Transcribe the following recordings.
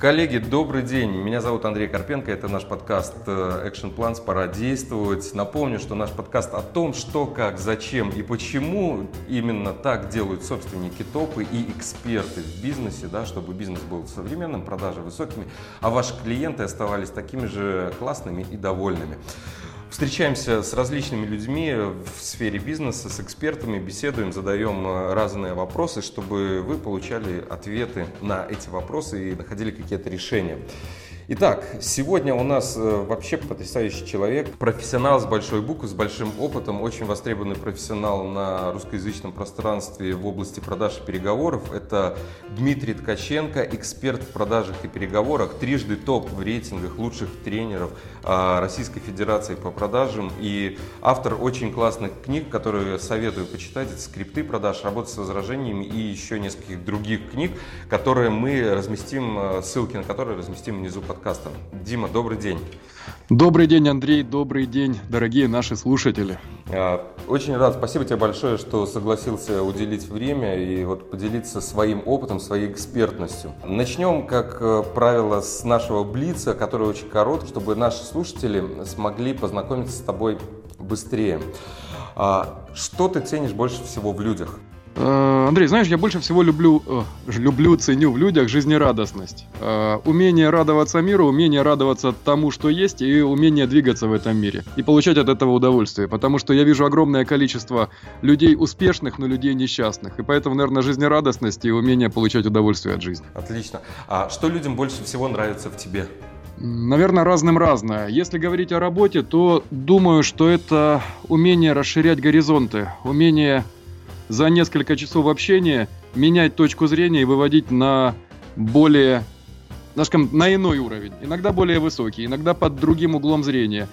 Коллеги, добрый день. Меня зовут Андрей Карпенко. Это наш подкаст Action Plans. Пора действовать. Напомню, что наш подкаст о том, что, как, зачем и почему именно так делают собственники, топы и эксперты в бизнесе, да, чтобы бизнес был современным, продажи высокими, а ваши клиенты оставались такими же классными и довольными. Встречаемся с различными людьми в сфере бизнеса, с экспертами, беседуем, задаем разные вопросы, чтобы вы получали ответы на эти вопросы и находили какие-то решения. Итак, сегодня у нас вообще потрясающий человек, профессионал с большой буквы, с большим опытом, очень востребованный профессионал на русскоязычном пространстве в области продаж и переговоров. Это Дмитрий Ткаченко, эксперт в продажах и переговорах, трижды топ в рейтингах лучших тренеров Российской Федерации по продажам и автор очень классных книг, которые советую почитать. Это «Скрипты продаж», «Работа с возражениями» и еще нескольких других книг, которые мы разместим, ссылки на которые разместим внизу подкаста. Дима, добрый день. Добрый день, Андрей, добрый день, дорогие наши слушатели. Очень рад, спасибо тебе большое, что согласился уделить время и вот поделиться своим опытом, своей экспертностью. Начнем, как правило, с нашего блица, который очень короткий, чтобы наши слушатели смогли познакомиться с тобой быстрее. Что ты ценишь больше всего в людях? Андрей, знаешь, я больше всего ценю в людях жизнерадостность. Умение радоваться миру, умение радоваться тому, что есть, и умение двигаться в этом мире. И получать от этого удовольствие. Потому что я вижу огромное количество людей успешных, но людей несчастных. И поэтому, наверное, жизнерадостность и умение получать удовольствие от жизни. Отлично. А что людям больше всего нравится в тебе? Наверное, разное. Если говорить о работе, то думаю, что это умение расширять горизонты, умение за несколько часов общения менять точку зрения и выводить на более, скажем, на иной уровень. Иногда более высокий, иногда под другим углом зрения.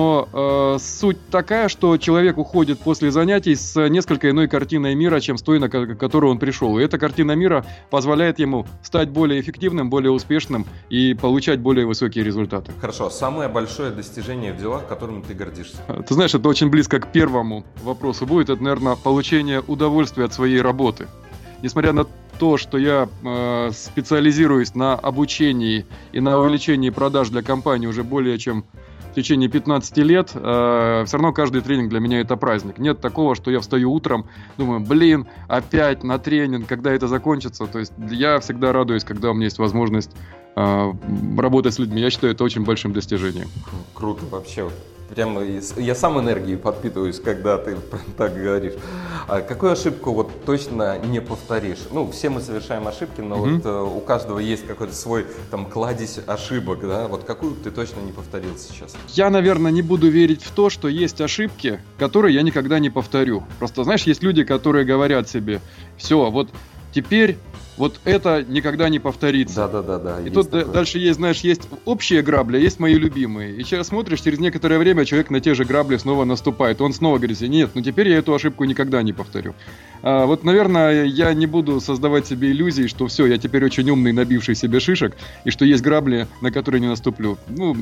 Но суть такая, что человек уходит после занятий с несколько иной картиной мира, чем с той, на которую он пришел. И эта картина мира позволяет ему стать более эффективным, более успешным и получать более высокие результаты. Хорошо. Самое большое достижение в делах, которым ты гордишься? Ты знаешь, это очень близко к первому вопросу будет. Это, наверное, получение удовольствия от своей работы. Несмотря на то, что я специализируюсь на обучении и на увеличении продаж для компании уже более чем в течение 15 лет, все равно каждый тренинг для меня это праздник. Нет такого, что я встаю утром, думаю, опять на тренинг, когда это закончится. То есть я всегда радуюсь, когда у меня есть возможность работать с людьми. Я считаю это очень большим достижением. Круто вообще. Прямо я сам энергией подпитываюсь, когда ты так говоришь. А какую ошибку вот точно не повторишь? Ну, все мы совершаем ошибки, но вот у каждого есть какой-то свой там кладезь ошибок, да? Вот какую ты точно не повторил сейчас? Я, наверное, не буду верить в то, что есть ошибки, которые я никогда не повторю. Просто, знаешь, есть люди, которые говорят себе, все, вот теперь вот это никогда не повторится. Да. И тут дальше есть, знаешь, есть общие грабли, а есть мои любимые. И сейчас смотришь, через некоторое время человек на те же грабли снова наступает. Он снова говорит себе, нет, теперь я эту ошибку никогда не повторю. Вот, наверное, я не буду создавать себе иллюзий, что все, я теперь очень умный, набивший себе шишек, и что есть грабли, на которые не наступлю.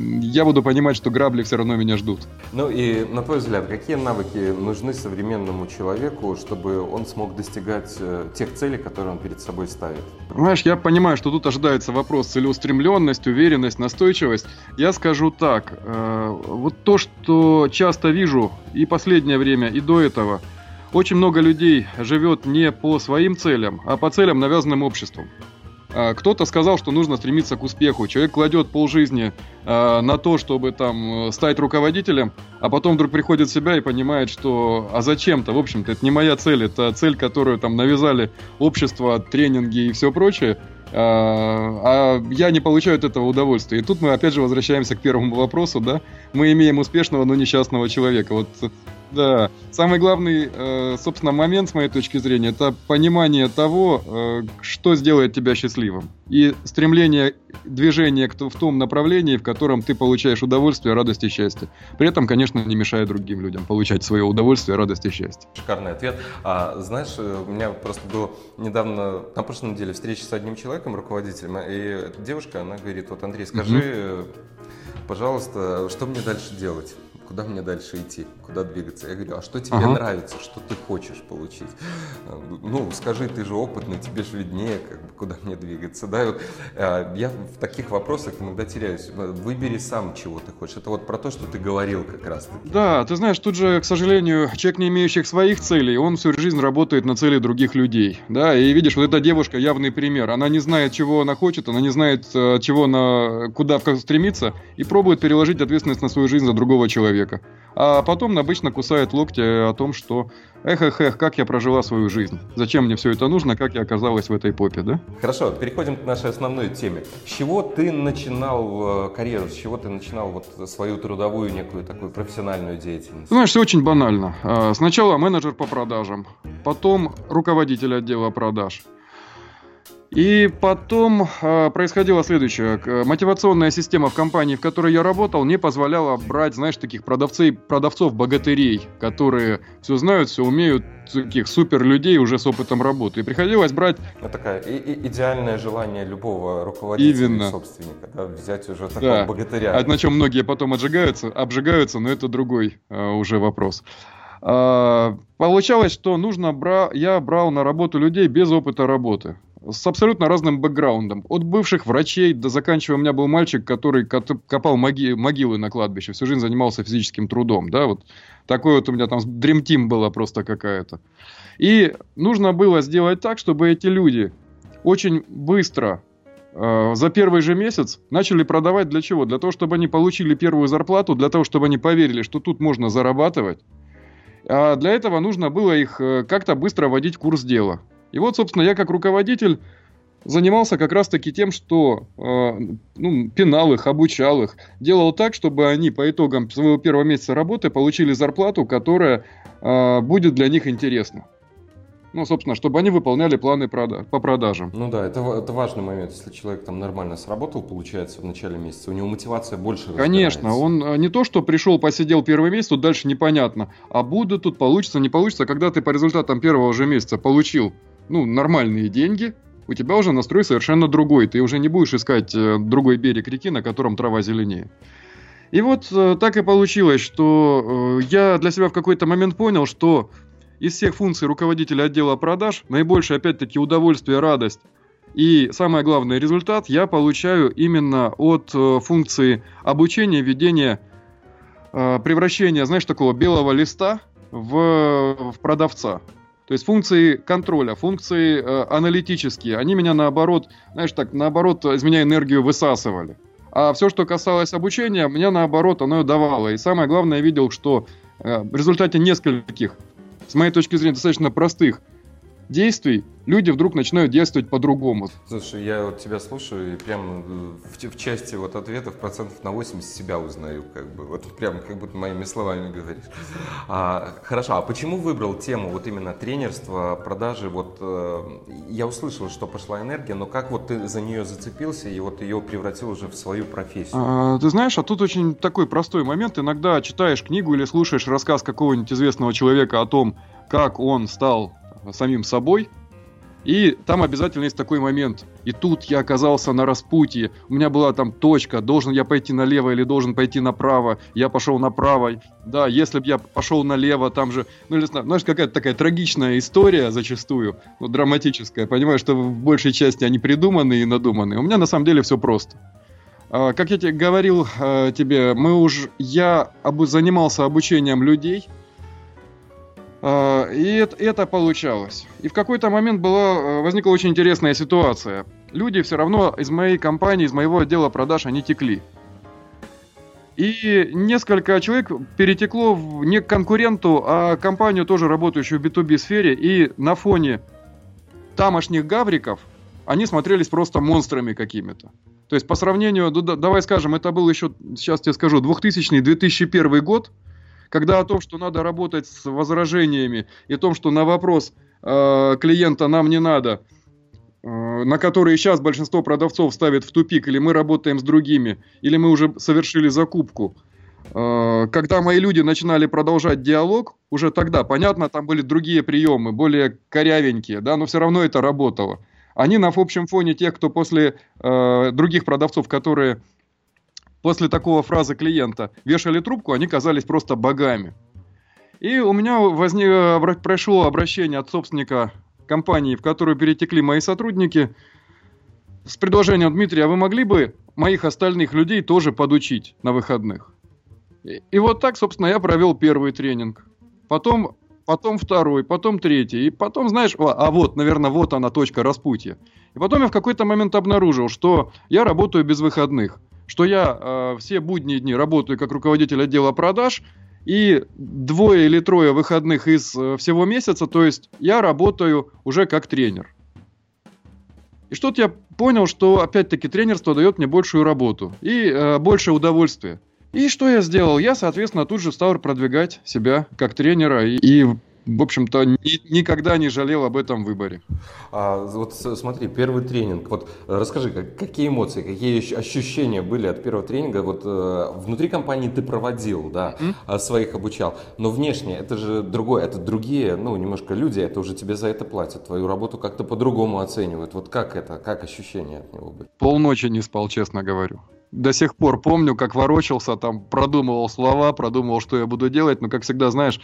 Я буду понимать, что грабли все равно меня ждут. Ну и, на твой взгляд, какие навыки нужны современному человеку, чтобы он смог достигать тех целей, которые он перед собой ставит? Знаешь, я понимаю, что тут ожидается вопрос целеустремленность, уверенность, настойчивость. Я скажу так, вот то, что часто вижу и последнее время, и до этого, очень много людей живет не по своим целям, а по целям, навязанным обществом. Кто-то сказал, что нужно стремиться к успеху. Человек кладет полжизни на то, чтобы там стать руководителем, а потом вдруг приходит в себя и понимает, что зачем-то, в общем-то, это не моя цель, это цель, которую там навязали общество, тренинги и все прочее. А я не получаю от этого удовольствия. И тут мы опять же возвращаемся к первому вопросу, да? Мы имеем успешного, но несчастного человека. Вот, да. Самый главный, собственно, момент, с моей точки зрения, это понимание того, что сделает тебя счастливым. И стремление, движение в том направлении, в котором ты получаешь удовольствие, радость и счастье. При этом, конечно, не мешая другим людям получать свое удовольствие, радость и счастье. Шикарный ответ. Знаешь, у меня просто было недавно, на прошлой неделе, встреча с одним человеком, руководителем, и девушка, она говорит, вот, Андрей, скажи, пожалуйста, что мне дальше делать? куда мне дальше идти, куда двигаться. Я говорю, а что тебе нравится, что ты хочешь получить? Ну, скажи, ты же опытный, тебе же виднее, как бы, куда мне двигаться. Да? И вот, я в таких вопросах иногда теряюсь. Выбери сам, чего ты хочешь. Это вот про то, что ты говорил как раз. Да, ты знаешь, тут же, к сожалению, человек, не имеющий своих целей, он всю жизнь работает на цели других людей. Да, и видишь, вот эта девушка явный пример. Она не знает, чего она хочет, она не знает, куда стремиться, и пробует переложить ответственность на свою жизнь за другого человека. А потом обычно кусает локти о том, что как я прожила свою жизнь. Зачем мне все это нужно, как я оказалась в этой попе, да? Хорошо, переходим к нашей основной теме. С чего ты начинал карьеру, с чего ты начинал вот свою трудовую некую такую профессиональную деятельность? Знаешь, все очень банально. Сначала менеджер по продажам, потом руководитель отдела продаж. И потом происходило следующее. Мотивационная система в компании, в которой я работал, не позволяла брать, знаешь, таких продавцов-богатырей, которые все знают, все умеют, таких супер людей уже с опытом работы. И приходилось брать... Это такое идеальное желание любого руководителя и собственника, да, взять уже такого богатыря. На чем многие потом обжигаются, но это другой уже вопрос. Получалось, что я брал на работу людей без опыта работы, с абсолютно разным бэкграундом. От бывших врачей до заканчивая, у меня был мальчик, который копал могилы на кладбище, всю жизнь занимался физическим трудом. Да, вот такой вот у меня там Dream Team была просто какая-то. И нужно было сделать так, чтобы эти люди очень быстро, за первый же месяц, начали продавать для чего? Для того, чтобы они получили первую зарплату, для того, чтобы они поверили, что тут можно зарабатывать. А для этого нужно было их как-то быстро вводить в курс дела. И вот, собственно, я как руководитель занимался как раз-таки тем, что пинал их, обучал их, делал так, чтобы они по итогам своего первого месяца работы получили зарплату, которая будет для них интересна. Ну, собственно, чтобы они выполняли планы по продажам. Ну да, это важный момент. Если человек там нормально сработал, получается, в начале месяца, у него мотивация больше разгорается. Конечно, он не то, что пришел, посидел первый месяц, тут дальше непонятно. А будет тут, получится, не получится. Когда ты по результатам первого же месяца получил нормальные деньги, у тебя уже настрой совершенно другой. Ты уже не будешь искать другой берег реки, на котором трава зеленее. И вот так и получилось, что я для себя в какой-то момент понял, что из всех функций руководителя отдела продаж наибольшее, опять-таки, удовольствие, радость и, самое главное, результат я получаю именно от функции обучения, ведения, превращения, знаешь, такого белого листа в продавца. То есть функции контроля, функции аналитические, они меня наоборот из меня энергию высасывали. А все, что касалось обучения, мне наоборот оно давало. И самое главное, я видел, что в результате нескольких, с моей точки зрения, достаточно простых действий, люди вдруг начинают действовать по-другому. Слушай, я вот тебя слушаю и прям в части вот ответов процентов на 80 себя узнаю, вот прям как будто моими словами говоришь. Хорошо, а почему выбрал тему вот именно тренерства, продажи? Вот я услышал, что пошла энергия, но как вот ты за нее зацепился и вот ее превратил уже в свою профессию? Ты знаешь, тут очень такой простой момент. Иногда читаешь книгу или слушаешь рассказ какого-нибудь известного человека о том, как он стал самим собой, и там обязательно есть такой момент. И тут я оказался на распутье, у меня была там точка, должен я пойти налево или должен пойти направо, я пошел направо, да, если бы я пошел налево, там же, знаешь, какая-то такая трагичная история зачастую, драматическая, понимаю, что в большей части они придуманы и надуманы. У меня на самом деле все просто. Как я тебе говорил, я занимался обучением людей. И это получалось. И в какой-то момент возникла очень интересная ситуация. Люди все равно из моей компании, из моего отдела продаж, они текли. И несколько человек перетекло не к конкуренту, а компанию, тоже работающую в B2B сфере. И на фоне тамошних гавриков они смотрелись просто монстрами какими-то. То есть по сравнению, давай скажем, это был еще, сейчас тебе скажу, 2000-2001 год. Когда о том, что надо работать с возражениями, и о том, что на вопрос клиента нам не надо, на который сейчас большинство продавцов ставит в тупик, или мы работаем с другими, или мы уже совершили закупку. Когда мои люди начинали продолжать диалог, уже тогда, понятно, там были другие приемы, более корявенькие, да, но все равно это работало. Они на общем фоне тех, кто после других продавцов, которые после такого фразы клиента вешали трубку, они казались просто богами. И у меня прошло обращение от собственника компании, в которую перетекли мои сотрудники, с предложением: Дмитрий, а вы могли бы моих остальных людей тоже подучить на выходных? И вот так, собственно, я провел первый тренинг. Потом второй, потом третий. И потом, знаешь, вот, наверное, вот она точка распутья. И потом я в какой-то момент обнаружил, что я работаю без выходных. Что я все будние дни работаю как руководитель отдела продаж. И 2 или 3 выходных из всего месяца, то есть я работаю уже как тренер. И что-то я понял, что опять-таки тренерство дает мне большую работу и больше удовольствия. И что я сделал? Я, соответственно, тут же стал продвигать себя как тренера и в общем-то, никогда не жалел об этом выборе. Вот смотри, первый тренинг. Вот расскажи, какие эмоции, какие ощущения были от первого тренинга? Вот внутри компании ты проводил, да, своих обучал, но внешне это же другое, это другие, немножко люди, это уже тебе за это платят, твою работу как-то по-другому оценивают. Вот как это, как ощущения от него были? Полночи не спал, честно говорю. До сих пор помню, как ворочался, там продумывал слова, продумывал, что я буду делать, но, как всегда, знаешь,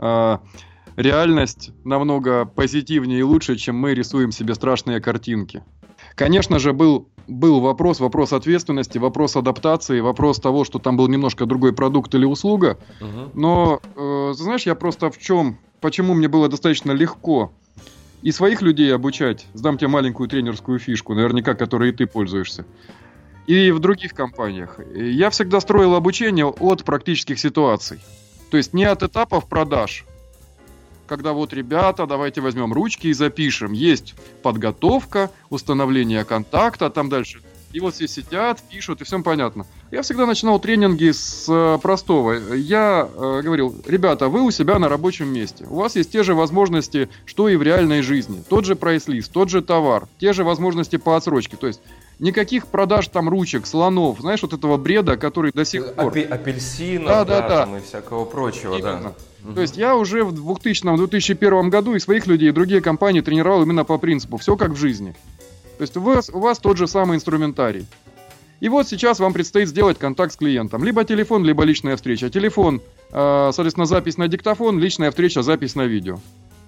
реальность намного позитивнее и лучше, чем мы рисуем себе страшные картинки. Конечно же, был вопрос ответственности, вопрос адаптации, вопрос того, что там был немножко другой продукт или услуга. Но, знаешь, я просто почему мне было достаточно легко и своих людей обучать, сдам тебе маленькую тренерскую фишку, наверняка, которой и ты пользуешься, и в других компаниях. Я всегда строил обучение от практических ситуаций. То есть не от этапов продаж, когда вот, ребята, давайте возьмем ручки и запишем. Есть подготовка, установление контакта, там дальше. И вот все сидят, пишут, и всем понятно. Я всегда начинал тренинги с простого. Я говорил: ребята, вы у себя на рабочем месте. У вас есть те же возможности, что и в реальной жизни. Тот же прайс-лист, тот же товар, те же возможности по отсрочке. То есть никаких продаж там ручек, слонов, знаешь, вот этого бреда, который до сих пор... Апельсинов, там и всякого прочего. Именно. Да. То есть я уже в 2000-2001 году и своих людей, и другие компании тренировал именно по принципу «все как в жизни». То есть у вас тот же самый инструментарий. И вот сейчас вам предстоит сделать контакт с клиентом. Либо телефон, либо личная встреча. Телефон, соответственно, запись на диктофон, личная встреча, запись на видео.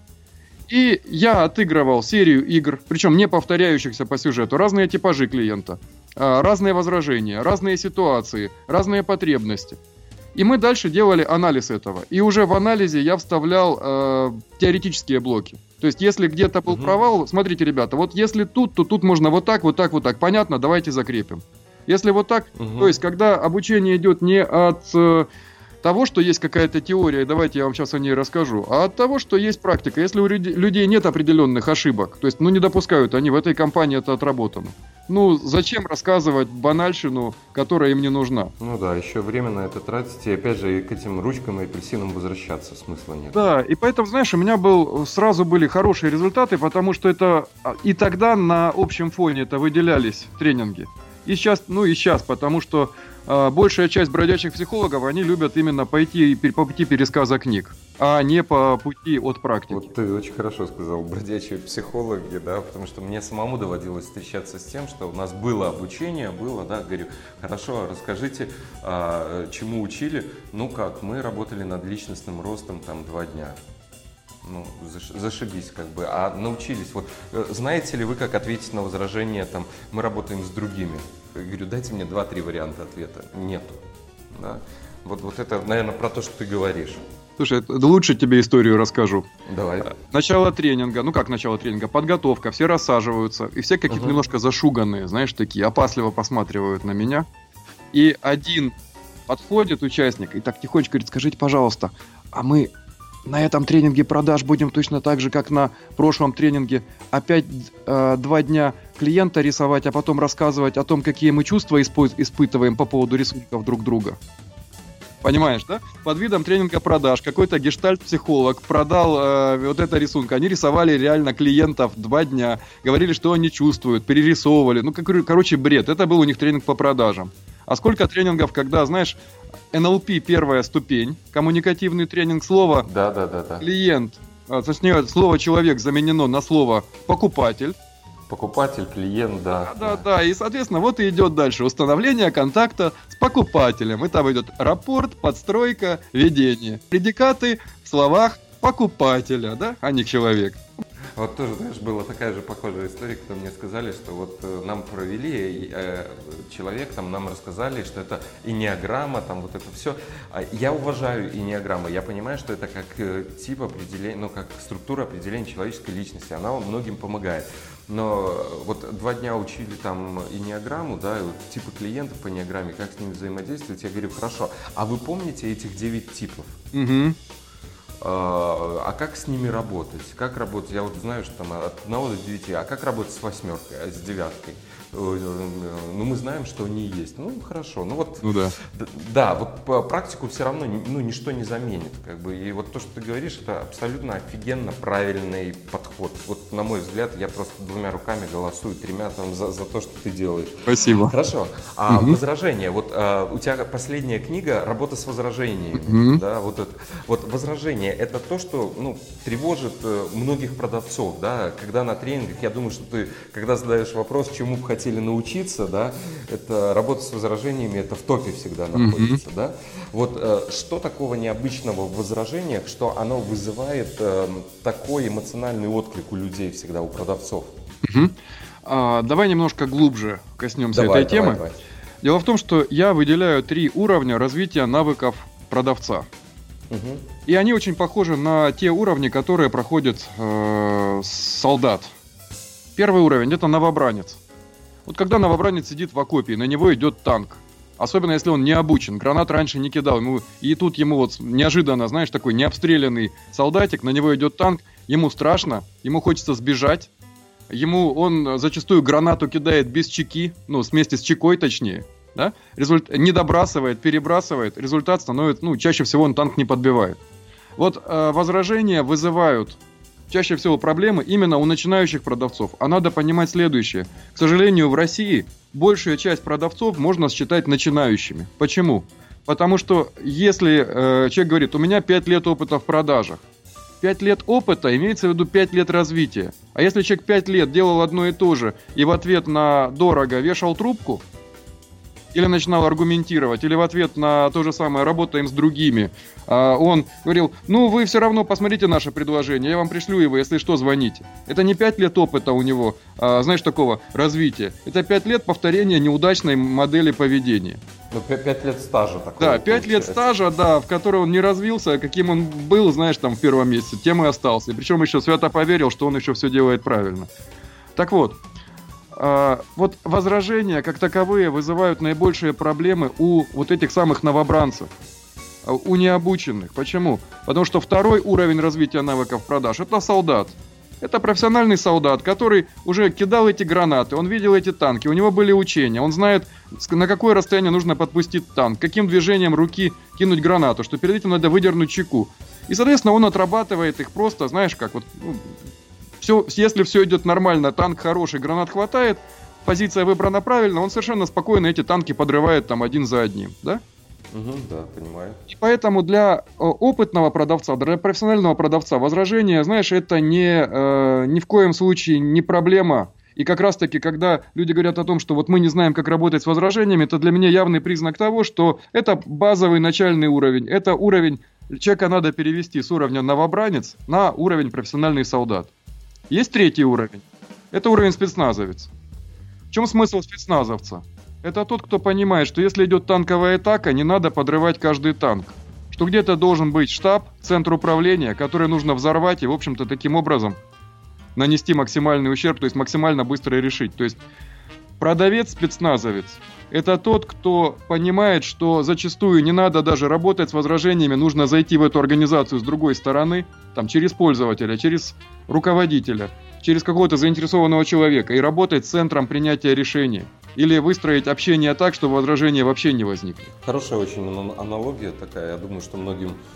И я отыгрывал серию игр, причем не повторяющихся по сюжету, разные типажи клиента, разные возражения, разные ситуации, разные потребности. И мы дальше делали анализ этого. И уже в анализе я вставлял теоретические блоки. То есть, если где-то был провал, смотрите, ребята, вот если тут, то тут можно вот так, вот так, вот так. Понятно? Давайте закрепим. Если вот так, то есть, когда обучение идет не от того, что есть какая-то теория, давайте я вам сейчас о ней расскажу, а от того, что есть практика. Если у людей нет определенных ошибок, то есть, не допускают они, в этой компании это отработано. Зачем рассказывать банальщину, которая им не нужна? Еще время на это тратить, и опять же к этим ручкам и апельсинам возвращаться смысла нет. Да, и поэтому, знаешь, у меня сразу были хорошие результаты, потому что это и тогда на общем фоне это выделялись тренинги. И сейчас, потому что большая часть бродячих психологов, они любят именно пойти по пути пересказа книг, а не по пути от практики. Вот ты очень хорошо сказал, бродячие психологи, да, потому что мне самому доводилось встречаться с тем, что у нас было обучение, говорю, хорошо, расскажите, чему учили. Мы работали над личностным ростом 2 дня. Зашибись, а научились. Вот знаете ли вы, как ответить на возражение, мы работаем с другими? Я говорю, дайте мне 2-3 варианта ответа. Нету. Да? Вот это, наверное, про то, что ты говоришь. Слушай, лучше тебе историю расскажу. Давай. Начало тренинга, начало тренинга, подготовка, все рассаживаются, и все какие-то немножко зашуганные, знаешь, такие, опасливо посматривают на меня. И один подходит участник и так тихонечко говорит: скажите, пожалуйста, а мы на этом тренинге продаж будем точно так же, как на прошлом тренинге, опять 2 дня клиента рисовать, а потом рассказывать о том, какие мы чувства испытываем по поводу рисунков друг друга. Понимаешь, да? Под видом тренинга продаж какой-то гештальт-психолог продал вот это рисунка. Они рисовали реально клиентов 2 дня, говорили, что они чувствуют, перерисовывали. Короче, бред. Это был у них тренинг по продажам. А сколько тренингов, когда, знаешь, НЛП первая ступень, коммуникативный тренинг, слово клиент, точнее, слово человек заменено на слово покупатель. Покупатель, клиент, да. Да. И, соответственно, вот и идет дальше установление контакта с покупателем. И там идет рапорт, подстройка, ведение. Предикаты в словах покупателя, да, а не человек. Вот тоже, знаешь, была такая же похожая история, когда мне сказали, что вот нам провели человек, там нам рассказали, что это эннеаграмма, там вот это все. Я уважаю эннеаграммы, я понимаю, что это как тип определения, ну, как структура определения человеческой личности, она многим помогает. Но вот 2 дня учили там эннеаграмму, да, и вот типы клиентов по эннеаграмме, как с ними взаимодействовать, я говорю, хорошо, а вы помните этих 9 типов? Угу. А как с ними работать? Как работать? Я вот знаю, что там от 1 до 9, а как работать с 8, с 9? Ну, мы знаем, что они есть. Ну, хорошо. Ну, вот, ну да. Да, вот по практику все равно ничто не заменит. Как бы. И вот то, что ты говоришь, это абсолютно офигенно правильный подход. Вот, на мой взгляд, я просто 2 руками голосую, 3 там, за то, что ты делаешь. Спасибо. Хорошо. Возражение. Вот у тебя последняя книга «Работа с возражениями». Да, вот это. Вот возражение – это то, что тревожит многих продавцов. Да? Когда на тренингах, я думаю, что ты, когда задаешь вопрос, чему бы хотели научиться, да, это работа с возражениями, это в топе всегда находится, да. Вот что такого необычного в возражениях, что оно вызывает такой эмоциональный отклик у людей всегда, у продавцов? Давай немножко глубже коснемся этой темы. Давай. Дело в том, что я выделяю 3 уровня развития навыков продавца. И они очень похожи на те уровни, которые проходит солдат. Первый уровень – это новобранец. Вот когда новобранец сидит в окопе, на него идет танк. Особенно если он не обучен, гранат раньше не кидал. И тут ему вот неожиданно, знаешь, такой необстрелянный солдатик, на него идет танк, ему страшно, ему хочется сбежать. Он зачастую гранату кидает без чеки, вместе с чекой точнее. Да? Не добрасывает, перебрасывает, результат становится, чаще всего он танк не подбивает. Вот возражения вызывают чаще всего проблемы именно у начинающих продавцов. А надо понимать следующее. К сожалению, в России большая часть продавцов можно считать начинающими. Почему? Потому что если человек говорит, у меня 5 лет опыта в продажах, 5 лет опыта имеется в виду 5 лет развития. А если человек 5 лет делал одно и то же и в ответ на дорого вешал трубку, или начинал аргументировать, или в ответ на то же самое «работаем с другими», он говорил, вы все равно посмотрите наше предложение, я вам пришлю его, если что, звоните. Это не 5 лет опыта у него, знаешь, такого развития. Это 5 лет повторения неудачной модели поведения. 5 лет стажа такого. Да, 5 лет стажа, да, в который он не развился, каким он был, знаешь, там в первом месяце, тем и остался. И причем еще свято поверил, что он еще все делает правильно. Так вот. Вот возражения как таковые вызывают наибольшие проблемы у вот этих самых новобранцев, у необученных. Почему? Потому что второй уровень развития навыков продаж – это солдат. Это профессиональный солдат, который уже кидал эти гранаты, он видел эти танки, у него были учения, он знает, на какое расстояние нужно подпустить танк, каким движением руки кинуть гранату, что перед этим надо выдернуть чеку. И, соответственно, он отрабатывает их просто, знаешь как, вот... если все идет нормально, танк хороший, гранат хватает, позиция выбрана правильно, он совершенно спокойно эти танки подрывает там один за одним, да? Да, понимаю. И поэтому для опытного продавца, для профессионального продавца возражение, знаешь, это ни в коем случае не проблема. И как раз таки, когда люди говорят о том, что вот мы не знаем, как работать с возражениями, это для меня явный признак того, что это базовый начальный уровень, это уровень, человека надо перевести с уровня новобранец на уровень профессиональный солдат. Есть 3-й уровень. Это уровень спецназовец. В чем смысл спецназовца? Это тот, кто понимает, что если идет танковая атака, не надо подрывать каждый танк. Что где-то должен быть штаб, центр управления, который нужно взорвать и, в общем-то, таким образом нанести максимальный ущерб, то есть максимально быстро решить. То есть продавец-спецназовец – это тот, кто понимает, что зачастую не надо даже работать с возражениями, нужно зайти в эту организацию с другой стороны, там, через пользователя, через руководителя, через какого-то заинтересованного человека и работать с центром принятия решения. Или выстроить общение так, чтобы возражения вообще не возникли. Хорошая очень аналогия такая. Я думаю, что многим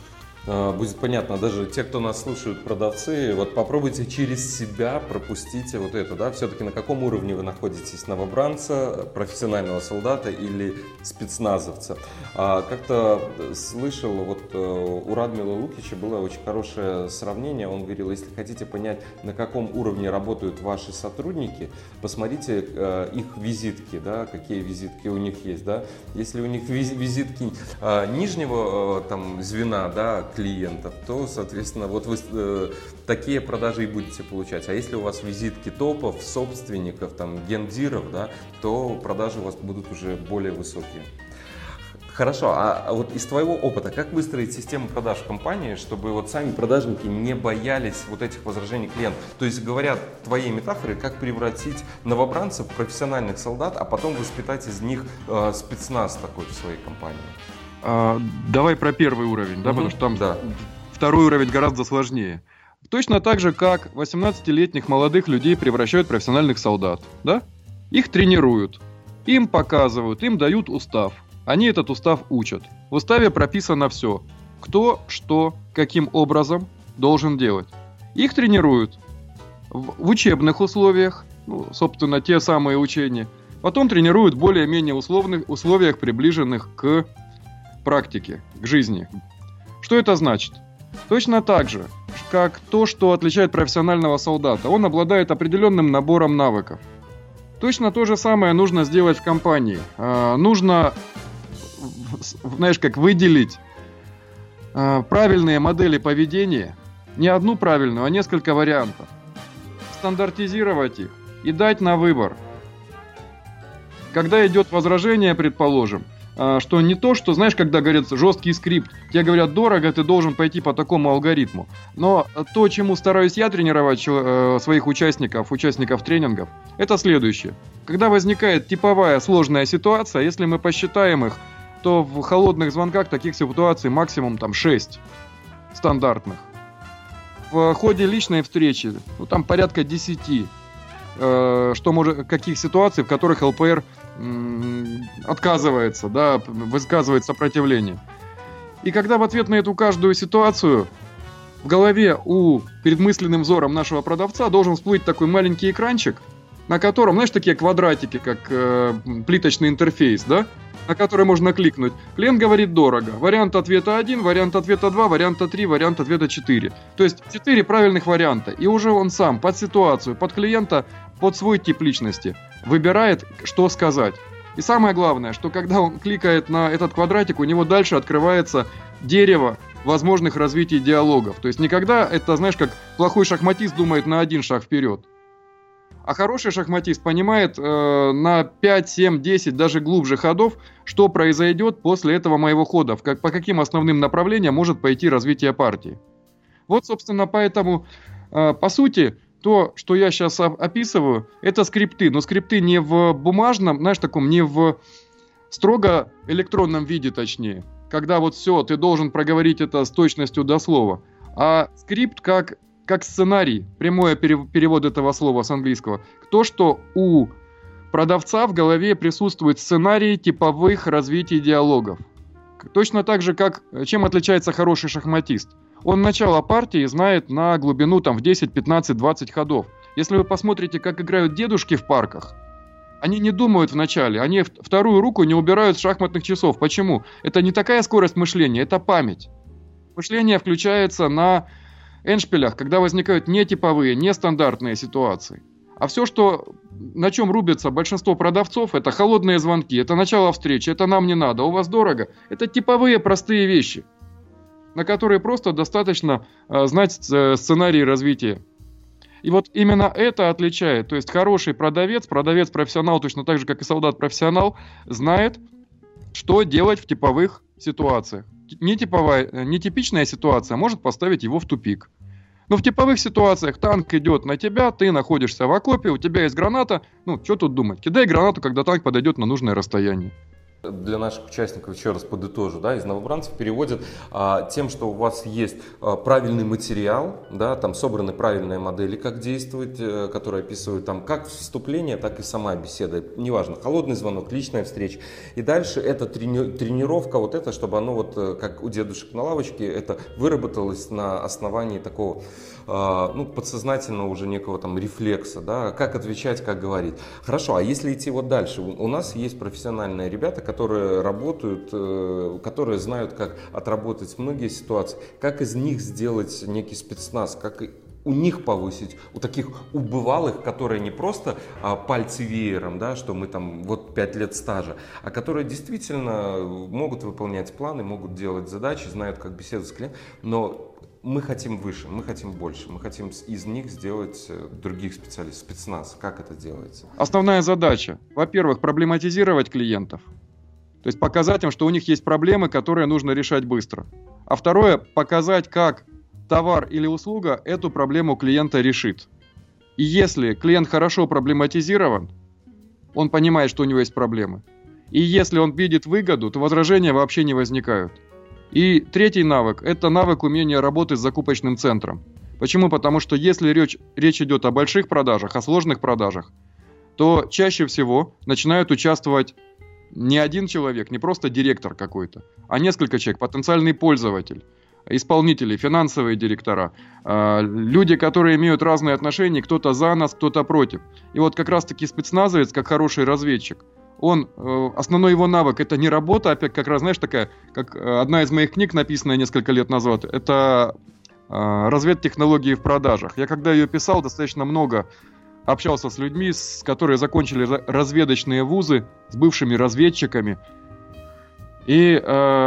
будет понятно, даже те, кто нас слушают, продавцы, вот попробуйте через себя пропустите вот это, да, все-таки на каком уровне вы находитесь, новобранца, профессионального солдата или спецназовца. Как-то слышал, вот у Радмила Лукича было очень хорошее сравнение, он говорил, если хотите понять, на каком уровне работают ваши сотрудники, посмотрите их визитки, да, какие визитки у них есть, да, если у них визитки нижнего там звена, да, клиентов, то, соответственно, вот вы такие продажи и будете получать. А если у вас визитки топов, собственников, там, гендиров, да, то продажи у вас будут уже более высокие. Хорошо, а вот из твоего опыта, как выстроить систему продаж в компании, чтобы вот сами продажники не боялись вот этих возражений клиентов? То есть, говорят твоей метафоры, как превратить новобранцев в профессиональных солдат, а потом воспитать из них спецназ такой в своей компании? Давай про первый уровень, да, потому что там второй уровень гораздо сложнее. Точно так же, как 18-летних молодых людей превращают в профессиональных солдат, да? Их тренируют, им показывают, им дают устав. Они этот устав учат. В уставе прописано все. Кто, что, каким образом должен делать. Их тренируют в учебных условиях, собственно, те самые учения. Потом тренируют в более-менее условных условиях, приближенных к практике, к жизни. Что это значит? Точно так же, как то, что отличает профессионального солдата. Он обладает определенным набором навыков. Точно то же самое нужно сделать в компании. Нужно, знаешь, как выделить правильные модели поведения. Не одну правильную, а несколько вариантов. Стандартизировать их и дать на выбор. Когда идет возражение, предположим, что не то, что, знаешь, когда говорят жесткий скрипт, тебе говорят дорого, ты должен пойти по такому алгоритму. Но то, чему стараюсь я тренировать своих участников тренингов, это следующее. Когда возникает типовая сложная ситуация, если мы посчитаем их, то в холодных звонках таких ситуаций максимум там 6 стандартных. В ходе личной встречи, там порядка 10, каких ситуаций, в которых ЛПР отказывается, да, высказывает сопротивление. И когда в ответ на эту каждую ситуацию в голове перед мысленным взором нашего продавца должен всплыть такой маленький экранчик, на котором, знаешь, такие квадратики, как плиточный интерфейс, да, на который можно кликнуть. Клиент говорит дорого. Вариант ответа 1, вариант ответа 2, вариант 3, вариант ответа 4. То есть 4 правильных варианта. И уже он сам под ситуацию, под клиента, под свой тип личности выбирает, что сказать. И самое главное, что когда он кликает на этот квадратик, у него дальше открывается дерево возможных развитий диалогов. То есть никогда это, знаешь, как плохой шахматист думает на один шаг вперед. А хороший шахматист понимает на 5, 7, 10, даже глубже ходов, что произойдет после этого моего хода, по каким основным направлениям может пойти развитие партии. Вот, собственно, поэтому, по сути, то, что я сейчас описываю, это скрипты. Но скрипты не в бумажном, знаешь, таком, не в строго электронном виде, точнее. Когда вот все, ты должен проговорить это с точностью до слова. А скрипт как сценарий, прямой перевод этого слова с английского. То, что у продавца в голове присутствует сценарий типовых развитий диалогов. Точно так же, как чем отличается хороший шахматист. Он начало партии знает на глубину там, в 10, 15, 20 ходов. Если вы посмотрите, как играют дедушки в парках, они не думают вначале, они вторую руку не убирают с шахматных часов. Почему? Это не такая скорость мышления, это память. Мышление включается на эндшпилях, когда возникают нетиповые, нестандартные ситуации. А все, на чем рубится большинство продавцов, это холодные звонки, это начало встречи, это нам не надо, у вас дорого. Это типовые простые вещи, на которые просто достаточно знать сценарий развития. И вот именно это отличает. То есть хороший продавец-профессионал, точно так же, как и солдат-профессионал, знает, что делать в типовых ситуациях. Нетипичная ситуация может поставить его в тупик. Но в типовых ситуациях танк идет на тебя, ты находишься в окопе, у тебя есть граната. Что тут думать? Кидай гранату, когда танк подойдет на нужное расстояние. Для наших участников, еще раз подытожу, да, из новобранцев переводят тем, что у вас есть правильный материал, да, там собраны правильные модели, как действовать, которые описывают там как вступление, так и сама беседа. Неважно, холодный звонок, личная встреча. И дальше это тренировка, вот это, чтобы оно вот как у дедушек на лавочке, это выработалось на основании такого подсознательного уже некого там рефлекса, да, как отвечать, как говорить. Хорошо, а если идти вот дальше? У нас есть профессиональные ребята, которые работают, которые знают, как отработать многие ситуации, как из них сделать некий спецназ, как у них повысить, у таких у бывалых, которые не просто пальцы веером, да, что мы там вот 5 лет стажа, а которые действительно могут выполнять планы, могут делать задачи, знают, как беседовать с клиентом, но мы хотим выше, мы хотим больше, мы хотим из них сделать других специалистов, спецназ. Как это делается? Основная задача, во-первых, проблематизировать клиентов. То есть показать им, что у них есть проблемы, которые нужно решать быстро. А второе, показать, как товар или услуга эту проблему клиента решит. И если клиент хорошо проблематизирован, он понимает, что у него есть проблемы. И если он видит выгоду, то возражения вообще не возникают. И третий навык – это навык умения работать с закупочным центром. Почему? Потому что если речь идет о больших продажах, о сложных продажах, то чаще всего начинают участвовать не один человек, не просто директор какой-то, а несколько человек, потенциальный пользователь, исполнители, финансовые директора, люди, которые имеют разные отношения, кто-то за нас, кто-то против. И вот как раз-таки спецназовец, как хороший разведчик, основной его навык — это не работа, опять как раз, знаешь, такая, как одна из моих книг, написанная несколько лет назад, это разведтехнологии в продажах. Я когда ее писал, достаточно много общался с людьми, которые закончили разведочные вузы, с бывшими разведчиками. И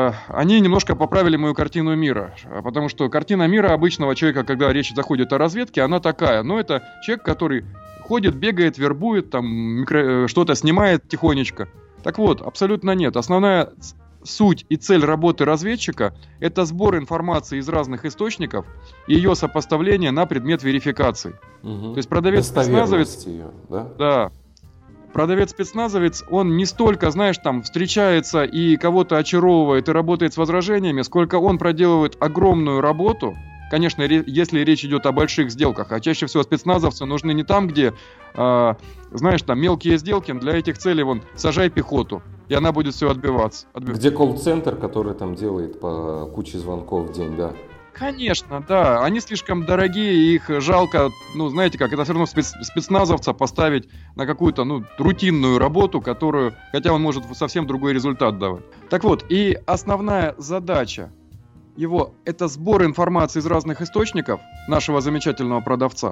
они немножко поправили мою картину мира. Потому что картина мира обычного человека, когда речь заходит о разведке, она такая. Но это человек, который ходит, бегает, вербует, там, что-то снимает тихонечко. Так вот, абсолютно нет. Основная суть и цель работы разведчика – это сбор информации из разных источников и ее сопоставление на предмет верификации. То есть продавец-спецназовец… Да. Продавец-спецназовец, он не столько, знаешь, там встречается и кого-то очаровывает и работает с возражениями, сколько он проделывает огромную работу. Конечно, если речь идет о больших сделках, а чаще всего спецназовцы нужны не там, где, знаешь, там мелкие сделки, для этих целей вон сажай пехоту, и она будет все отбиваться. Где колл-центр, который там делает по куче звонков в день, да. Конечно, да. Они слишком дорогие, их жалко, знаете как, это все равно спецназовца поставить на какую-то, рутинную работу, которую, хотя он может совсем другой результат давать. Так вот, и основная задача его – это сбор информации из разных источников нашего замечательного продавца.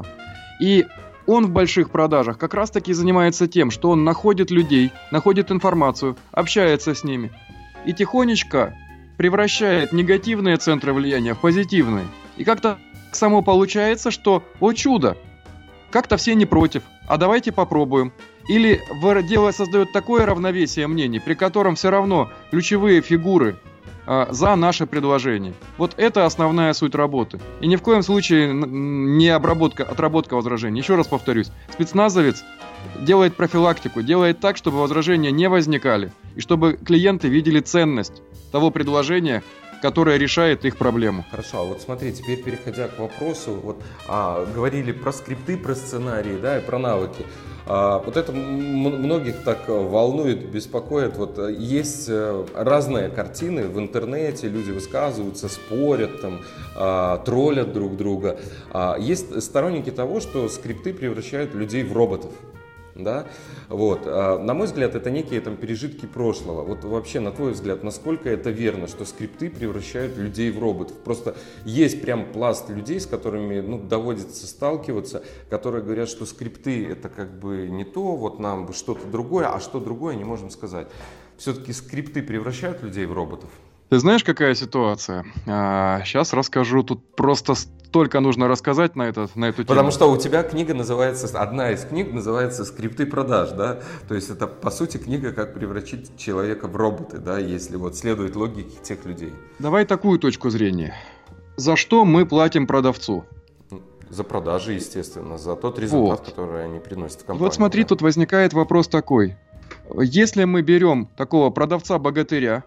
И он в больших продажах как раз-таки занимается тем, что он находит людей, находит информацию, общается с ними и тихонечко превращает негативные центры влияния в позитивные. И как-то само получается, что, о чудо, как-то все не против, а давайте попробуем. Или дело создает такое равновесие мнений, при котором все равно ключевые фигуры за наше предложение. Вот это основная суть работы. И ни в коем случае не отработка возражений. Еще раз повторюсь, спецназовец делает профилактику, делает так, чтобы возражения не возникали, и чтобы клиенты видели ценность того предложения, которое решает их проблему. Хорошо, а вот смотри, теперь переходя к вопросу, говорили про скрипты, про сценарии, да, и про навыки. Вот это многих так волнует, беспокоит. Вот есть разные картины в интернете, люди высказываются, спорят, там, троллят друг друга. Есть сторонники того, что скрипты превращают людей в роботов. Да? Вот. На мой взгляд, это некие пережитки прошлого. Вот вообще, на твой взгляд, насколько это верно, что скрипты превращают людей в роботов? Просто есть прям пласт людей, с которыми доводится сталкиваться, которые говорят, что скрипты это как бы не то, вот нам бы что-то другое, а что другое не можем сказать. Все-таки скрипты превращают людей в роботов? Ты знаешь, какая ситуация? Сейчас расскажу. Тут просто столько нужно рассказать на эту тему. Потому что у тебя книга называется, одна из книг называется «Скрипты продаж», да? То есть это, по сути, книга «Как превратить человека в роботы», да, если вот следует логике тех людей. Давай такую точку зрения. За что мы платим продавцу? За продажи, естественно, за тот результат, который они приносят в компанию. Вот смотри, да. Тут возникает вопрос такой. Если мы берем такого продавца-богатыря,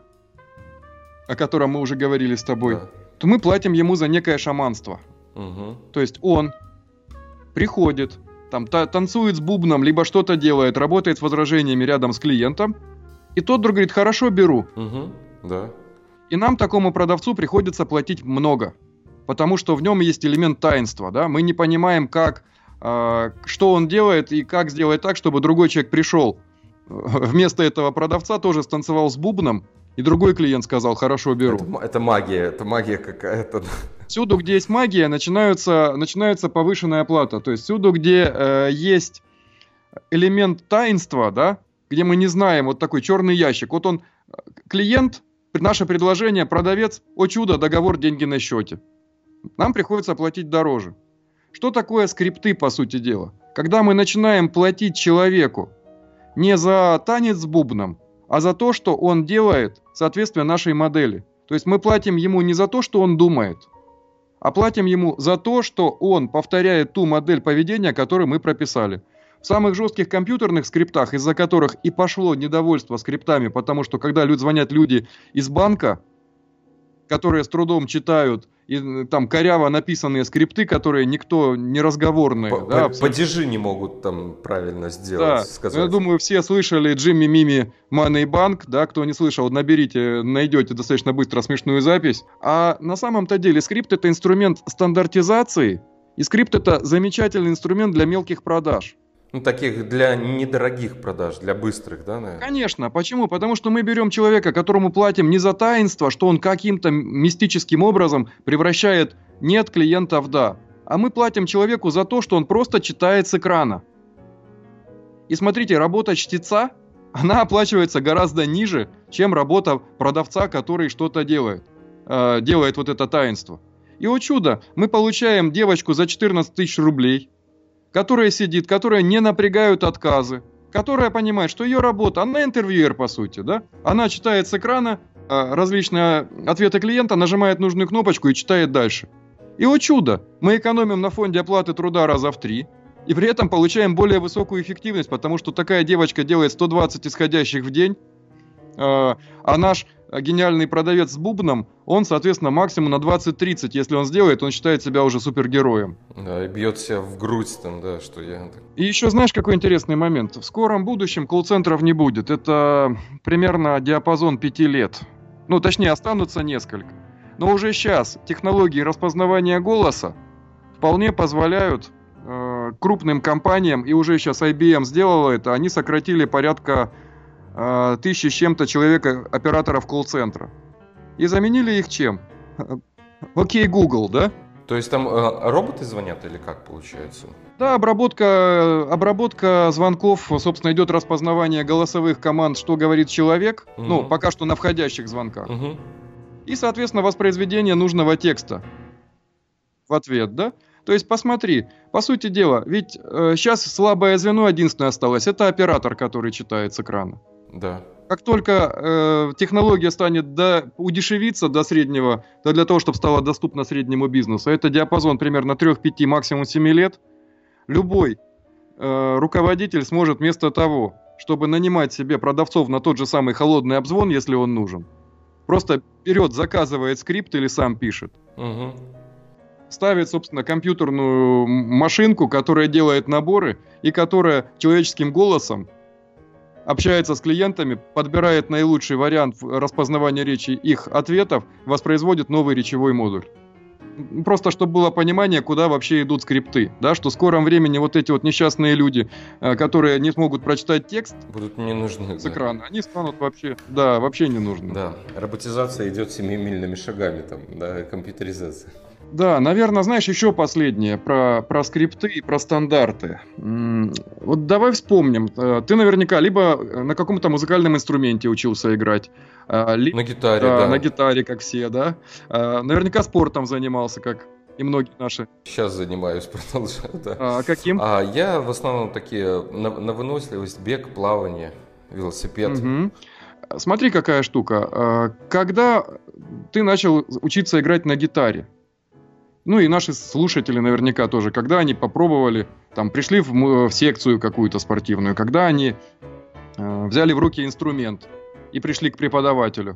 о котором мы уже говорили с тобой, Да. то мы платим ему за некое шаманство. Мгм. То есть он приходит, там танцует с бубном, либо что-то делает, работает с возражениями рядом с клиентом, и тот вдруг говорит: хорошо, беру. Мгм. Да. И нам, такому продавцу, приходится платить много, потому что в нем есть элемент таинства, да? Мы не понимаем, как, что он делает и как сделать так, чтобы другой человек пришел. Вместо этого продавца тоже станцевал с бубном, и другой клиент сказал: хорошо, беру. Это магия какая-то. Всюду, где есть магия, начинается повышенная оплата. То есть всюду, где есть элемент таинства, да, где мы не знаем, вот такой черный ящик. Вот он, клиент, наше предложение, продавец: о чудо, договор, деньги на счете. Нам приходится платить дороже. Что такое скрипты, по сути дела? Когда мы начинаем платить человеку не за танец с бубном, а за то, что он делает соответственно нашей модели. То есть мы платим ему не за то, что он думает, а платим ему за то, что он повторяет ту модель поведения, которую мы прописали. В самых жестких компьютерных скриптах, из-за которых и пошло недовольство скриптами, потому что когда звонят люди из банка, которые с трудом читают, и там коряво написанные скрипты, которые никто не разговорные. Падежи не могут там правильно сделать, да. сказать. Я думаю, все слышали Джимми Мими Money Bank, да, кто не слышал, наберите, найдете достаточно быстро смешную запись. А на самом-то деле скрипт — это инструмент стандартизации, и скрипт — это замечательный инструмент для мелких продаж. Ну, таких для недорогих продаж, для быстрых, да, наверное? Конечно. Почему? Потому что мы берем человека, которому платим не за таинство, что он каким-то мистическим образом превращает «нет» клиента в «да». А мы платим человеку за то, что он просто читает с экрана. И смотрите, работа чтеца, она оплачивается гораздо ниже, чем работа продавца, который что-то делает. Делает вот это таинство. И, о чудо, мы получаем девочку за 14 тысяч рублей, которая сидит, которая не напрягают отказы, которая понимает, что ее работа, она интервьюер, по сути, да? Она читает с экрана различные ответы клиента, нажимает нужную кнопочку и читает дальше. И, о чудо, мы экономим на фонде оплаты труда раза в 3, и при этом получаем более высокую эффективность, потому что такая девочка делает 120 исходящих в день, а наш гениальный продавец с бубном, он, соответственно, максимум на 20-30, если он сделает, он считает себя уже супергероем. Да, и бьет себя в грудь там, да, что я... И еще знаешь, какой интересный момент? В скором будущем колл-центров не будет. Это примерно диапазон 5 лет. Ну, точнее, останутся несколько. Но уже сейчас технологии распознавания голоса вполне позволяют крупным компаниям, и уже сейчас IBM сделала это, они сократили порядка 1000 с чем-то человек операторов колл-центра. И заменили их чем? Окей, Google, да? То есть там роботы звонят или как получается? Да, обработка звонков, собственно, идет распознавание голосовых команд, что говорит человек, ну, пока что на входящих звонках. И, соответственно, воспроизведение нужного текста в ответ, да? То есть, посмотри, по сути дела, ведь сейчас слабое звено единственное осталось, это оператор, который читает с экрана. Да. Как только технология станет удешевиться до среднего, для того, чтобы стала доступна среднему бизнесу, это диапазон примерно 3-5, максимум 7 лет, любой руководитель сможет вместо того, чтобы нанимать себе продавцов на тот же самый холодный обзвон, если он нужен, просто берет, заказывает скрипт или сам пишет, ставит, собственно, компьютерную машинку, которая делает наборы и которая человеческим голосом общается с клиентами, подбирает наилучший вариант распознавания речи их ответов, воспроизводит новый речевой модуль. Просто чтобы было понимание, куда вообще идут скрипты, да, что в скором времени вот эти вот несчастные люди, которые не смогут прочитать текст, будут не нужны с экрана, они станут вообще не нужны. Да, роботизация идет семимильными шагами, там, да, компьютеризация. Да, наверное, знаешь, еще последнее про скрипты и про стандарты. Вот давай вспомним. Ты наверняка либо на каком-то музыкальном инструменте учился играть. На гитаре, да. На гитаре, как все, да. Наверняка спортом занимался, как и многие наши. Сейчас занимаюсь, продолжаю, да. А каким? Я в основном такие на выносливость, бег, плавание, велосипед. Смотри, какая штука. Когда ты начал учиться играть на гитаре, ну и наши слушатели наверняка тоже, когда они попробовали, там, пришли в секцию какую-то спортивную, когда они взяли в руки инструмент и пришли к преподавателю,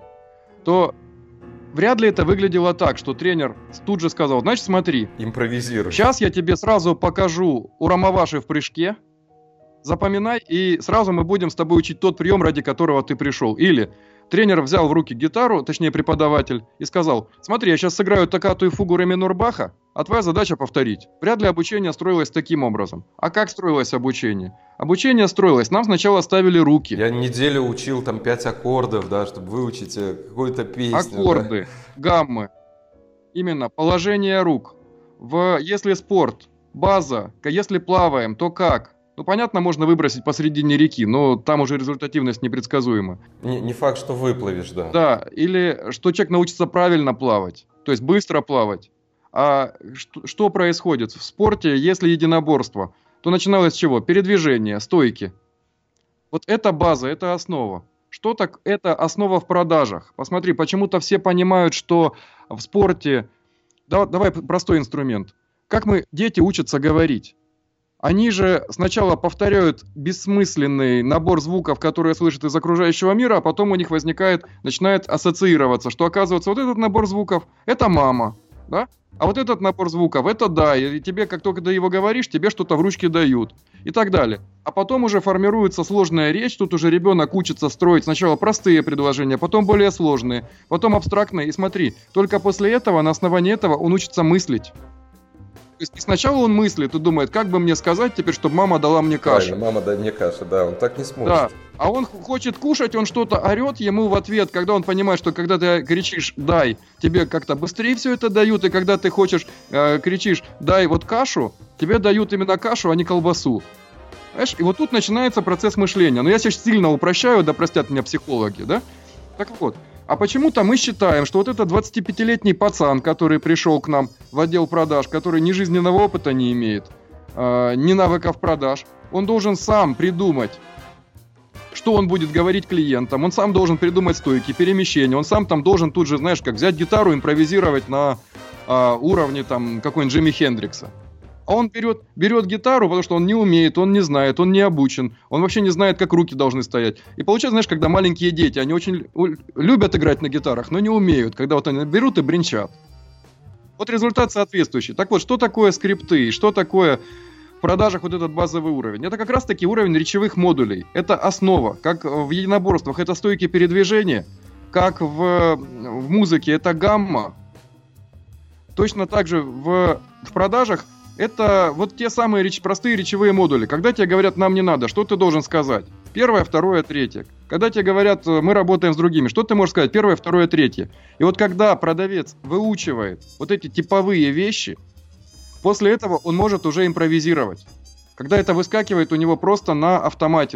то вряд ли это выглядело так, что тренер тут же сказал: значит, смотри, импровизируй. Сейчас я тебе сразу покажу урамаваши в прыжке, запоминай, и сразу мы будем с тобой учить тот прием, ради которого ты пришел. Или тренер взял в руки гитару, точнее преподаватель, и сказал: смотри, я сейчас сыграю токкату и фугу ре минор Баха, а твоя задача повторить. Вряд ли обучение строилось таким образом. А как строилось обучение? Обучение строилось. Нам сначала ставили руки. Я неделю учил там 5 аккордов, да, чтобы выучить какую-то песню. Аккорды, гаммы. Именно, положение рук. Если спорт, база, если плаваем, то как? Ну, понятно, можно выбросить посредине реки, но там уже результативность непредсказуема. Не факт, что выплывешь, да. Да, или что человек научится правильно плавать, то есть быстро плавать. А что происходит? В спорте, если единоборство, то начиналось с чего? Передвижение, стойки. Вот это база, это основа. Что так? Это основа в продажах. Посмотри, почему-то все понимают, что в спорте... Давай простой инструмент. Как дети учатся говорить? Они же сначала повторяют бессмысленный набор звуков, которые слышат из окружающего мира, а потом у них начинает ассоциироваться, что оказывается вот этот набор звуков – это мама, да? А вот этот набор звуков – это да, и тебе, как только ты его говоришь, тебе что-то в ручке дают и так далее. А потом уже формируется сложная речь, тут уже ребенок учится строить сначала простые предложения, потом более сложные, потом абстрактные. И смотри, только после этого, на основании этого он учится мыслить. То есть сначала он мыслит и думает, как бы мне сказать теперь, чтобы мама дала мне кашу. Правильно, мама дай мне кашу, да, он так не сможет. Да, а он хочет кушать, он что-то орет ему в ответ, когда он понимает, что когда ты кричишь «дай», тебе как-то быстрее все это дают, и когда ты кричишь «дай вот кашу», тебе дают именно кашу, а не колбасу. Понимаешь? И вот тут начинается процесс мышления. Но я сейчас сильно упрощаю, да простят меня психологи, да? Так вот. А почему-то мы считаем, что вот этот 25-летний пацан, который пришел к нам в отдел продаж, который ни жизненного опыта не имеет, ни навыков продаж, он должен сам придумать, что он будет говорить клиентам, он сам должен придумать стойки, перемещения, он сам там должен тут же, знаешь, как взять гитару, импровизировать на уровне там какой-нибудь Джимми Хендрикса. А он берет гитару, потому что он не умеет, он не знает, он не обучен, он вообще не знает, как руки должны стоять. И получается, знаешь, когда маленькие дети, они очень любят играть на гитарах, но не умеют, когда вот они берут и бренчат. Вот результат соответствующий. Так вот, что такое скрипты, что такое в продажах вот этот базовый уровень? Это как раз-таки уровень речевых модулей. Это основа, как в единоборствах, это стойки передвижения, как в музыке, это гамма. Точно так же в продажах это вот те самые простые речевые модули. Когда тебе говорят «нам не надо», что ты должен сказать? Первое, второе, третье. Когда тебе говорят «мы работаем с другими», что ты можешь сказать? Первое, второе, третье. И вот когда продавец выучивает вот эти типовые вещи, после этого он может уже импровизировать. Когда это выскакивает у него просто на автомате,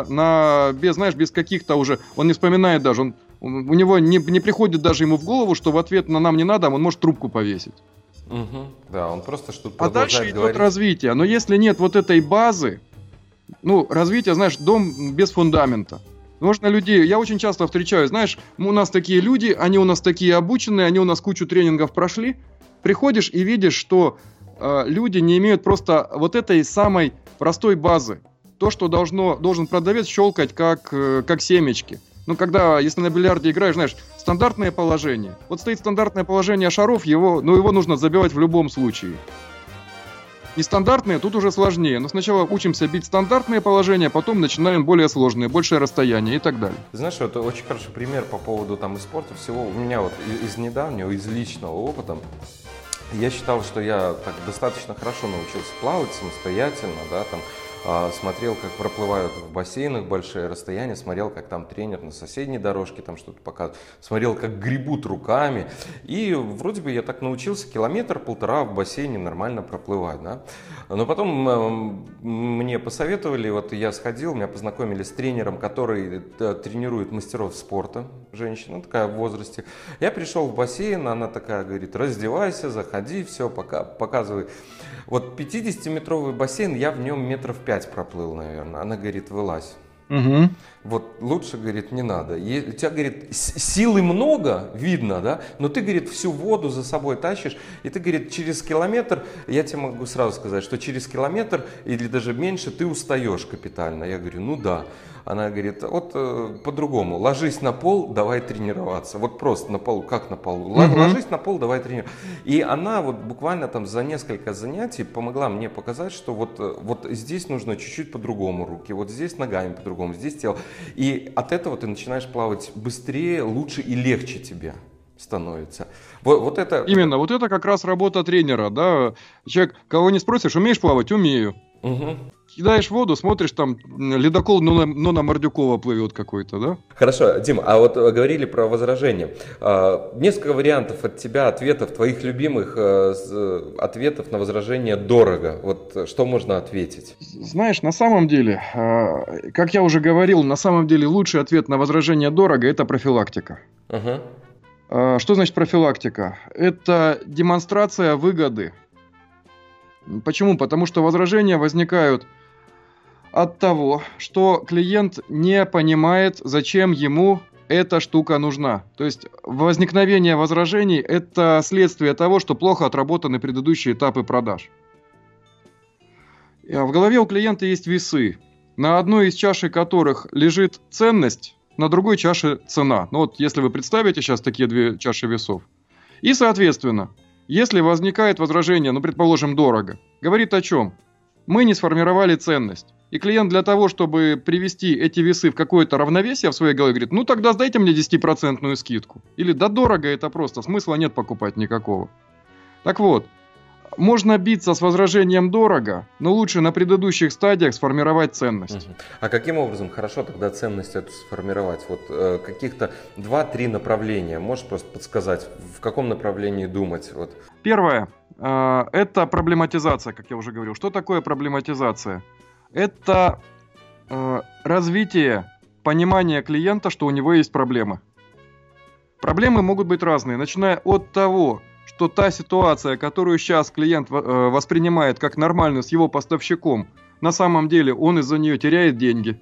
без каких-то уже, он не вспоминает даже, у него не приходит даже ему в голову, что в ответ на «нам не надо» он может трубку повесить. Угу. Да, он просто что-то продолжает говорить. А дальше идет развитие. Но если нет вот этой базы, развитие, знаешь, дом без фундамента. Можно людей, я очень часто встречаю, знаешь, у нас такие люди, они у нас такие обученные, они у нас кучу тренингов прошли. Приходишь и видишь, что люди не имеют просто вот этой самой простой базы. То, что должен продавец щелкать как семечки. Если на бильярде играешь, знаешь, стандартное положение. Вот стоит стандартное положение шаров, его нужно забивать в любом случае. Нестандартные тут уже сложнее, но сначала учимся бить стандартные положения, потом начинаем более сложные, большее расстояние и так далее. Знаешь, это очень хороший пример по поводу там и спорта всего. У меня вот из недавнего, из личного опыта, я считал, что я так достаточно хорошо научился плавать самостоятельно, да, там, смотрел, как проплывают в бассейнах большие расстояния, смотрел, как там тренер на соседней дорожке там что-то показывает, смотрел, как гребут руками, и вроде бы я так научился километр-полтора в бассейне нормально проплывать, да. Но потом мне посоветовали, вот я сходил, меня познакомили с тренером, который тренирует мастеров спорта, женщина, такая в возрасте. Я пришел в бассейн, она такая говорит: раздевайся, заходи, все, показывай. Вот 50-метровый бассейн, я в нем метров 5 проплыл, наверное. Она говорит: вылазь. Угу. Вот лучше, говорит, не надо. У тебя, говорит, силы много, видно, да, но ты, говорит, всю воду за собой тащишь, и ты, говорит, через километр, я тебе могу сразу сказать, что через километр или даже меньше ты устаешь капитально. Я говорю, ну да. Она говорит, вот по-другому, ложись на пол, давай тренироваться. Вот просто на полу, как на полу? Ложись на пол, давай тренироваться. И она вот буквально там за несколько занятий помогла мне показать, что вот здесь нужно чуть-чуть по-другому руки, вот здесь ногами по-другому, здесь тело. И от этого ты начинаешь плавать быстрее, лучше и легче тебе становится. Вот это... Именно, вот это как раз работа тренера, да. Человек, кого не спросишь, умеешь плавать? Умею. Угу. Кидаешь в воду, смотришь, там ледокол, но на Мордюкова плывет какой-то, да? Хорошо, Дим, а вот говорили про возражения. Несколько вариантов от тебя, ответов, твоих любимых ответов на возражение дорого. Вот что можно ответить? Знаешь, на самом деле, как я уже говорил, на самом деле лучший ответ на возражение дорого – это профилактика. Угу. Что значит профилактика? Это демонстрация выгоды. Почему? Потому что возражения возникают от того, что клиент не понимает, зачем ему эта штука нужна. То есть возникновение возражений – это следствие того, что плохо отработаны предыдущие этапы продаж. В голове у клиента есть весы, на одной из чашей которых лежит ценность, на другой чаше цена. Ну вот если вы представите сейчас такие две чаши весов. И соответственно, если возникает возражение, ну предположим, дорого, говорит о чем? Мы не сформировали ценность. И клиент для того, чтобы привести эти весы в какое-то равновесие в своей голове, говорит, ну тогда сдайте мне 10% скидку. Или да дорого это просто, смысла нет покупать никакого. Так вот, можно биться с возражением дорого, но лучше на предыдущих стадиях сформировать ценность. А каким образом хорошо тогда ценность эту сформировать? Вот каких-то 2-3 направления. Можешь просто подсказать, в каком направлении думать? Вот. Первое. Это проблематизация, как я уже говорил. Что такое проблематизация? Это развитие понимания клиента, что у него есть проблемы. Проблемы могут быть разные, начиная от того, что та ситуация, которую сейчас клиент воспринимает как нормальную с его поставщиком, на самом деле он из-за нее теряет деньги,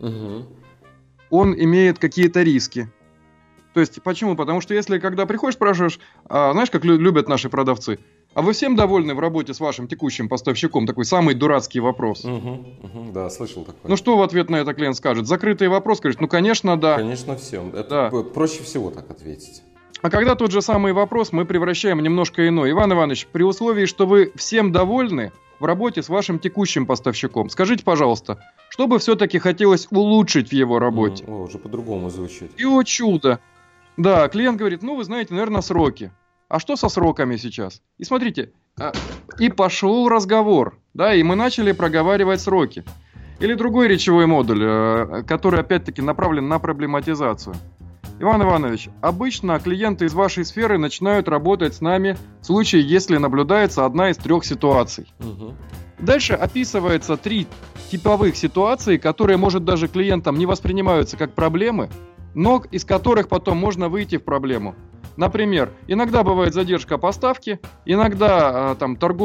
он имеет какие-то риски. То есть почему? Потому что если когда приходишь, спрашиваешь, знаешь, как любят наши продавцы, а вы всем довольны в работе с вашим текущим поставщиком? Такой самый дурацкий вопрос. Да, слышал такое. Ну что в ответ на это клиент скажет? Закрытый вопрос, скажет, ну конечно да. Конечно всем. Это проще всего так ответить. А когда тот же самый вопрос мы превращаем в немножко иной. Иван Иванович, при условии, что вы всем довольны в работе с вашим текущим поставщиком, скажите, пожалуйста, что бы все-таки хотелось улучшить в его работе? Уже по-другому звучит. И о чудо! Да, клиент говорит, ну вы знаете, наверное, сроки. А что со сроками сейчас? И смотрите, и пошел разговор, да, и мы начали проговаривать сроки. Или другой речевой модуль, который опять-таки направлен на проблематизацию. Иван Иванович, обычно клиенты из вашей сферы начинают работать с нами в случае, если наблюдается одна из 3 ситуаций. Дальше описывается 3 типовых ситуации, которые, может, даже клиентам не воспринимаются как проблемы, но из которых потом можно выйти в проблему. Например, иногда бывает задержка поставки, иногда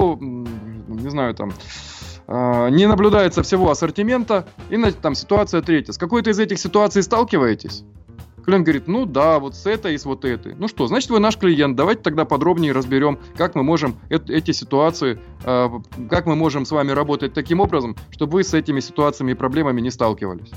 не наблюдается всего ассортимента, и там ситуация 3. С какой-то из этих ситуаций сталкиваетесь? Клиент говорит, ну да, вот с этой и с вот этой. Ну что, значит вы наш клиент, давайте тогда подробнее разберем, как мы можем эти ситуации, как мы можем с вами работать таким образом, чтобы вы с этими ситуациями и проблемами не сталкивались.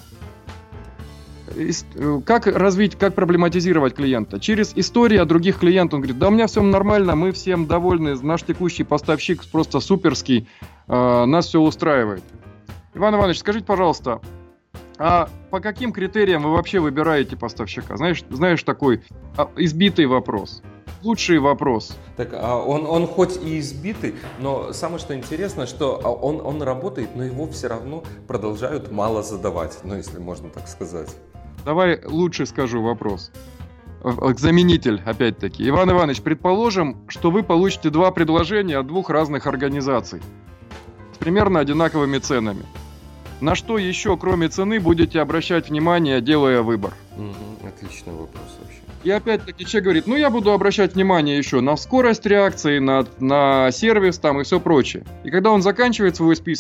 Как развить, как проблематизировать клиента? Через истории о других клиентах. Он говорит, да у меня все нормально, мы всем довольны, наш текущий поставщик просто суперский, нас все устраивает. Иван Иванович, скажите, пожалуйста, а по каким критериям вы вообще выбираете поставщика? Знаешь такой избитый вопрос, лучший вопрос. Так, он хоть и избитый, но самое что интересно, что он работает, но его все равно продолжают мало задавать, ну если можно так сказать. Давай лучше скажу вопрос. Заменитель, опять-таки. Иван Иванович, предположим, что вы получите 2 предложения от 2 разных организаций с примерно одинаковыми ценами. На что еще, кроме цены, будете обращать внимание, делая выбор? Отличный вопрос вообще. И опять-таки человек говорит, ну я буду обращать внимание еще на скорость реакции, на сервис там и все прочее. И когда он заканчивает свой список,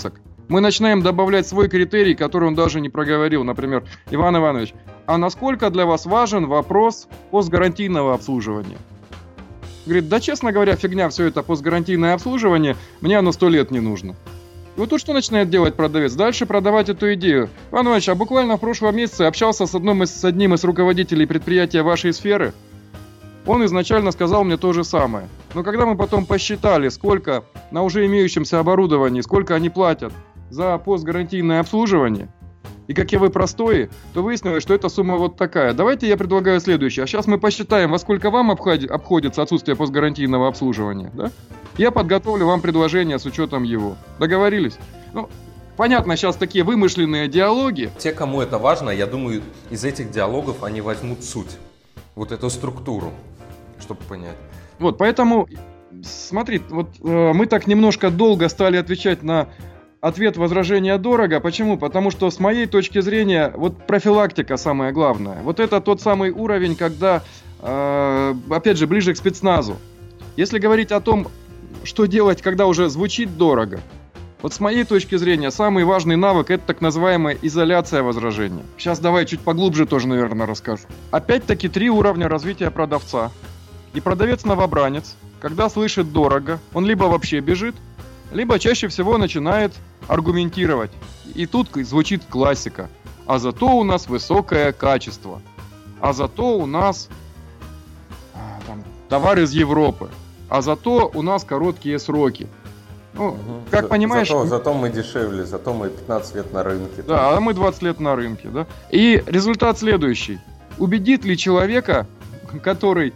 Мы начинаем добавлять свой критерий, который он даже не проговорил. Например, Иван Иванович, а насколько для вас важен вопрос постгарантийного обслуживания? Говорит, да, честно говоря, фигня все это постгарантийное обслуживание, мне оно 100 лет не нужно. И вот тут что начинает делать продавец? Дальше продавать эту идею. Иван Иванович, а буквально в прошлом месяце общался с одним из руководителей предприятия вашей сферы. Он изначально сказал мне то же самое. Но когда мы потом посчитали, сколько на уже имеющемся оборудовании, сколько они платят за постгарантийное обслуживание, и какие вы простые, то выяснилось, что эта сумма вот такая. Давайте я предлагаю следующее. А сейчас мы посчитаем, во сколько вам обходится отсутствие постгарантийного обслуживания. Да? Я подготовлю вам предложение с учетом его. Договорились? Ну, понятно, сейчас такие вымышленные диалоги. Те, кому это важно, я думаю, из этих диалогов они возьмут суть. Вот эту структуру, чтобы понять. Вот, поэтому, смотри, вот мы так немножко долго стали отвечать на ответ возражения дорого. Почему? Потому что с моей точки зрения, вот профилактика самое главное. Вот это тот самый уровень, когда, опять же, ближе к спецназу. Если говорить о том, что делать, когда уже звучит дорого, вот с моей точки зрения, самый важный навык – это так называемая изоляция возражения. Сейчас давай чуть поглубже тоже, наверное, расскажу. Опять-таки 3 уровня развития продавца. И продавец-новобранец, когда слышит дорого, он либо вообще бежит, либо чаще всего начинает аргументировать. И тут звучит классика. А зато у нас высокое качество. А зато у нас товар из Европы. А зато у нас короткие сроки. Ну, как понимаешь... Зато мы дешевле, зато мы 15 лет на рынке. Да, а мы 20 лет на рынке. Да? И результат следующий. Убедит ли человека, который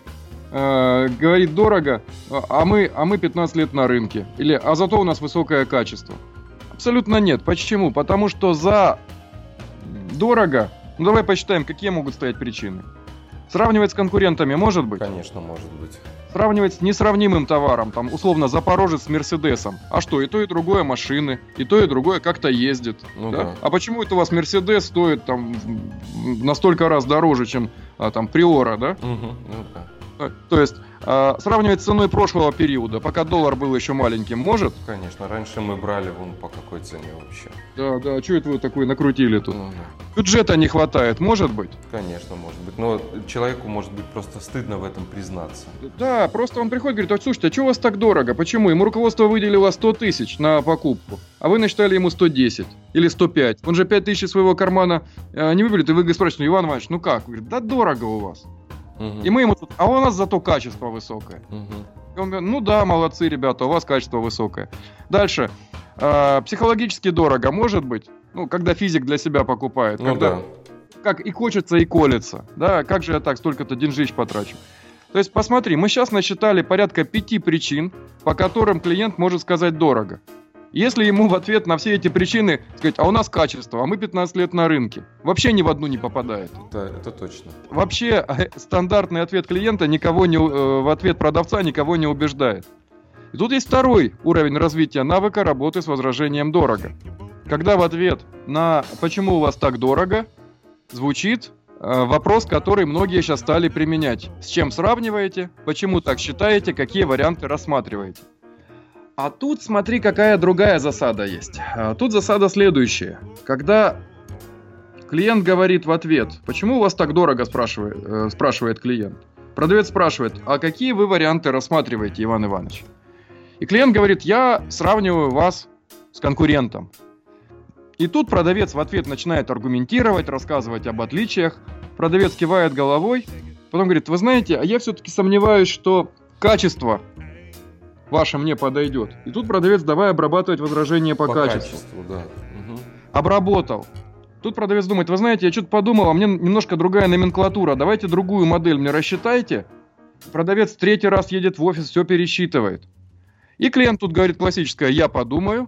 говорит дорого, а мы 15 лет на рынке? Или а зато у нас высокое качество? Абсолютно нет. Почему? Потому что за дорого... Ну, давай посчитаем, какие могут стоять причины. Сравнивать с конкурентами может быть? Конечно, может быть. Сравнивать с несравнимым товаром, там, условно, Запорожец с Мерседесом. А что, и то, и другое машины, и то, и другое как-то ездит. Ну, да? да. А почему это у вас Мерседес стоит там на столько раз дороже, чем там Приора, да? Ну, да. То есть сравнивать с ценой прошлого периода, пока доллар был еще маленьким, может? Конечно, раньше мы брали вон по какой цене вообще. Да, что это вы такое накрутили тут? Ну, да. Бюджета не хватает, может быть? Конечно, может быть. Но человеку может быть просто стыдно в этом признаться. Да, просто он приходит и говорит, слушайте, а что у вас так дорого? Почему? Ему руководство выделило 100 тысяч на покупку, а вы насчитали ему 110 или 105. Он же 5 тысяч из своего кармана не выберет, и вы спрашиваете, Иван Иванович, ну как? Говорит, да дорого у вас. И мы ему тут, а у нас зато качество высокое. И он говорит, ну да, молодцы, ребята, у вас качество высокое. Дальше. Психологически дорого, может быть? Ну, когда физик для себя покупает. Ну когда, да. как и хочется, и колется. Да, как же я так столько-то деньжищ потрачу? То есть, посмотри, мы сейчас насчитали порядка 5 причин, по которым клиент может сказать дорого. Если ему в ответ на все эти причины сказать, а у нас качество, а мы 15 лет на рынке, вообще ни в одну не попадает. Это точно. Вообще стандартный ответ клиента в ответ продавца никого не убеждает. И тут есть второй уровень развития навыка работы с возражением дорого. Когда в ответ на «почему у вас так дорого» звучит вопрос, который многие сейчас стали применять. С чем сравниваете, почему так считаете, какие варианты рассматриваете. А тут смотри, какая другая засада есть. Тут засада следующая. Когда клиент говорит в ответ, почему у вас так дорого, спрашивает клиент. Продавец спрашивает, а какие вы варианты рассматриваете, Иван Иванович? И клиент говорит, я сравниваю вас с конкурентом. И тут продавец в ответ начинает аргументировать, рассказывать об отличиях. Продавец кивает головой, потом говорит, вы знаете, а я все-таки сомневаюсь, что качество ваше мне подойдет. И тут продавец давай обрабатывать возражение по качеству. Да. Обработал. Тут продавец думает, вы знаете, я что-то подумал, а мне немножко другая номенклатура, давайте другую модель мне рассчитайте. Продавец 3-й раз едет в офис, все пересчитывает. И клиент тут говорит классическое, я подумаю.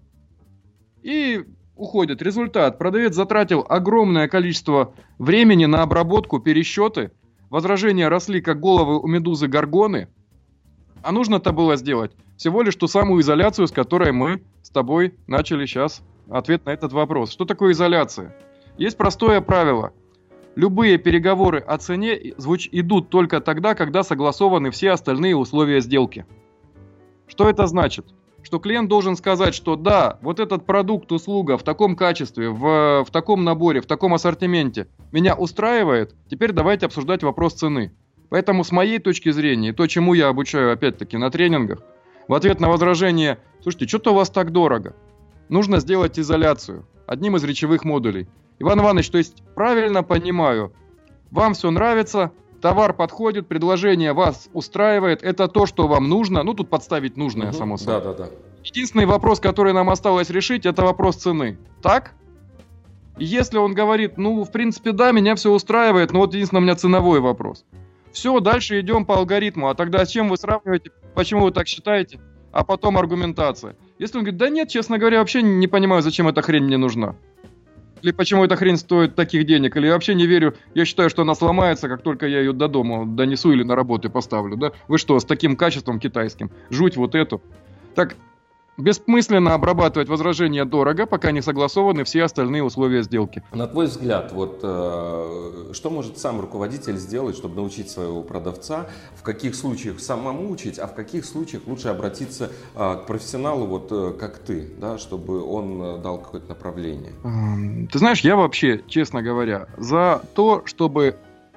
И уходит. Результат. Продавец затратил огромное количество времени на обработку, пересчеты. Возражения росли, как головы у медузы Горгоны. А нужно-то было сделать всего лишь ту самую изоляцию, с которой мы с тобой начали сейчас ответ на этот вопрос. Что такое изоляция? Есть простое правило. Любые переговоры о цене идут только тогда, когда согласованы все остальные условия сделки. Что это значит? что клиент должен сказать, что да, вот этот продукт, услуга в таком качестве, в таком наборе, в таком ассортименте меня устраивает, теперь давайте обсуждать вопрос цены. Поэтому с моей точки зрения, и то, чему я обучаю опять-таки на тренингах, в ответ на возражение, слушайте, что-то у вас так дорого, нужно сделать изоляцию одним из речевых модулей. Иван Иванович, то есть правильно понимаю, вам все нравится, товар подходит, предложение вас устраивает, это то, что вам нужно. Ну, тут подставить нужное, само собой. Да. Единственный вопрос, который нам осталось решить, это вопрос цены. Так? И если он говорит, ну, в принципе, да, меня все устраивает, но вот единственное у меня ценовой вопрос. Все, дальше идем по алгоритму. А тогда с чем вы сравниваете? Почему вы так считаете? А потом аргументация. Если он говорит, да нет, честно говоря, вообще не понимаю, зачем эта хрень мне нужна. Или почему эта хрень стоит таких денег, или я вообще не верю, я считаю, что она сломается, как только я ее до дома донесу или на работу поставлю, да? Вы что, с таким качеством китайским? Жуть вот эту. Так, бессмысленно обрабатывать возражения дорого, пока не согласованы все остальные условия сделки. На твой взгляд, вот что может сам руководитель сделать, чтобы научить своего продавца, в каких случаях самому учить, а в каких случаях лучше обратиться к профессионалу, вот как ты, да, чтобы он дал какое-то направление? Ты знаешь, я вообще, честно говоря, за то, чтобы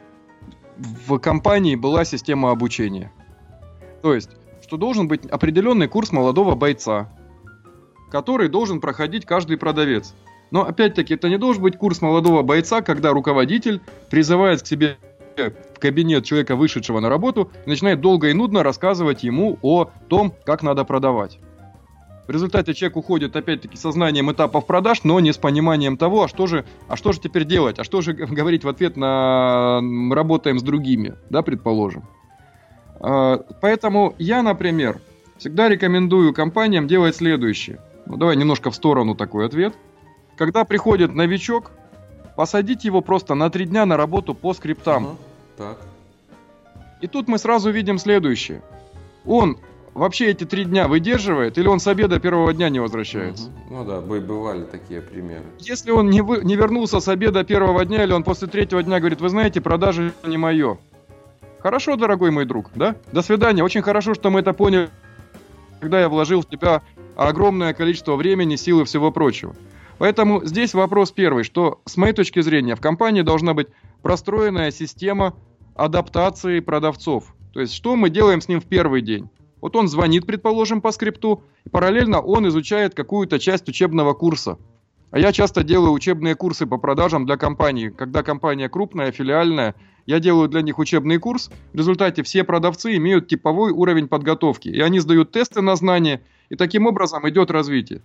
в компании была система обучения. То есть что должен быть определенный курс молодого бойца, который должен проходить каждый продавец. Но опять-таки это не должен быть курс молодого бойца, когда руководитель призывает к себе в кабинет человека, вышедшего на работу, и начинает долго и нудно рассказывать ему о том, как надо продавать. В результате человек уходит опять-таки со знанием этапов продаж, но не с пониманием того, а что же теперь делать, а что же говорить в ответ на «работаем с другими», да, предположим. Поэтому я, например, всегда рекомендую компаниям делать следующее. Ну, давай немножко в сторону такой ответ. Когда приходит новичок, посадить его просто на 3 дня на работу по скриптам. Так. И тут мы сразу видим следующее. Он вообще эти 3 дня выдерживает, или он с обеда первого дня не возвращается? Ну да, бывали такие примеры. Если он не вернулся с обеда первого дня, или он после 3-го дня говорит, вы знаете, продажи не мое. Хорошо, дорогой мой друг, да? До свидания. Очень хорошо, что мы это поняли, когда я вложил в тебя огромное количество времени, сил и всего прочего. Поэтому здесь вопрос первый, что с моей точки зрения в компании должна быть простроенная система адаптации продавцов. То есть что мы делаем с ним в первый день? Вот он звонит, предположим, по скрипту, и параллельно он изучает какую-то часть учебного курса. А я часто делаю учебные курсы по продажам для компании. Когда компания крупная, филиальная, я делаю для них учебный курс. В результате все продавцы имеют типовой уровень подготовки. И они сдают тесты на знания. И таким образом идет развитие.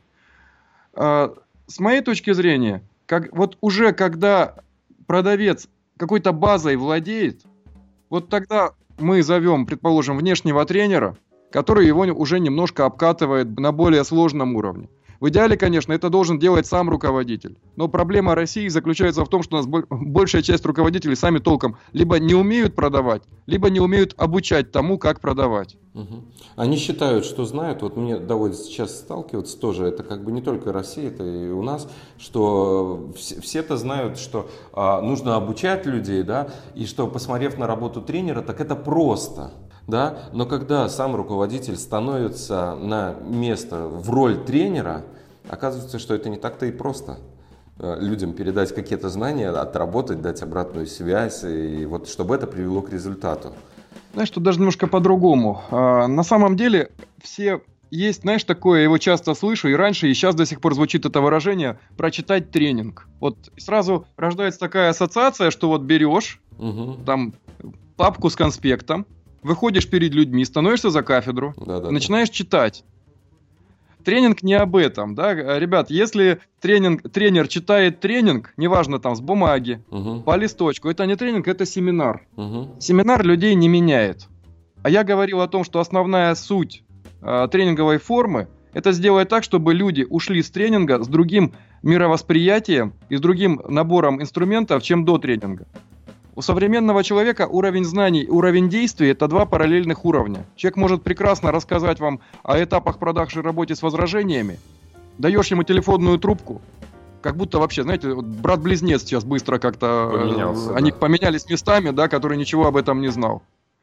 С моей точки зрения, вот уже когда продавец какой-то базой владеет, вот тогда мы зовем, предположим, внешнего тренера, который его уже немножко обкатывает на более сложном уровне. В идеале, конечно, это должен делать сам руководитель. Но проблема России заключается в том, что у нас большая часть руководителей сами толком либо не умеют продавать, либо не умеют обучать тому, как продавать. Угу. Они считают, что знают, вот мне доводится сейчас сталкиваться тоже, это как бы не только Россия, это и у нас, что все-то знают, что нужно обучать людей, да, и что, посмотрев на работу тренера, так это просто. Да? Но когда сам руководитель становится на место в роль тренера, оказывается, что это не так-то и просто. Людям передать какие-то знания, отработать, дать обратную связь, и вот чтобы это привело к результату. Знаешь, что даже немножко по-другому. На самом деле все есть, знаешь, такое, я его часто слышу, и раньше, и сейчас до сих пор звучит это выражение «прочитать тренинг». Вот сразу рождается такая ассоциация, что вот берешь там папку с конспектом, выходишь перед людьми, становишься за кафедру, начинаешь читать. Тренинг не об этом, да, ребят, если тренер читает тренинг, неважно там с бумаги, по листочку, это не тренинг, это семинар. Семинар людей не меняет. А я говорил о том, что основная суть тренинговой формы — это сделать так, чтобы люди ушли с тренинга с другим мировосприятием и с другим набором инструментов, чем до тренинга. У современного человека уровень знаний и уровень действий – это 2 параллельных уровня. Человек может прекрасно рассказать вам о этапах продаж и работе с возражениями. Даешь ему телефонную трубку, как будто вообще, знаете, вот брат-близнец сейчас быстро как-то... Поменялся, они поменялись местами, да, который ничего об этом не знал.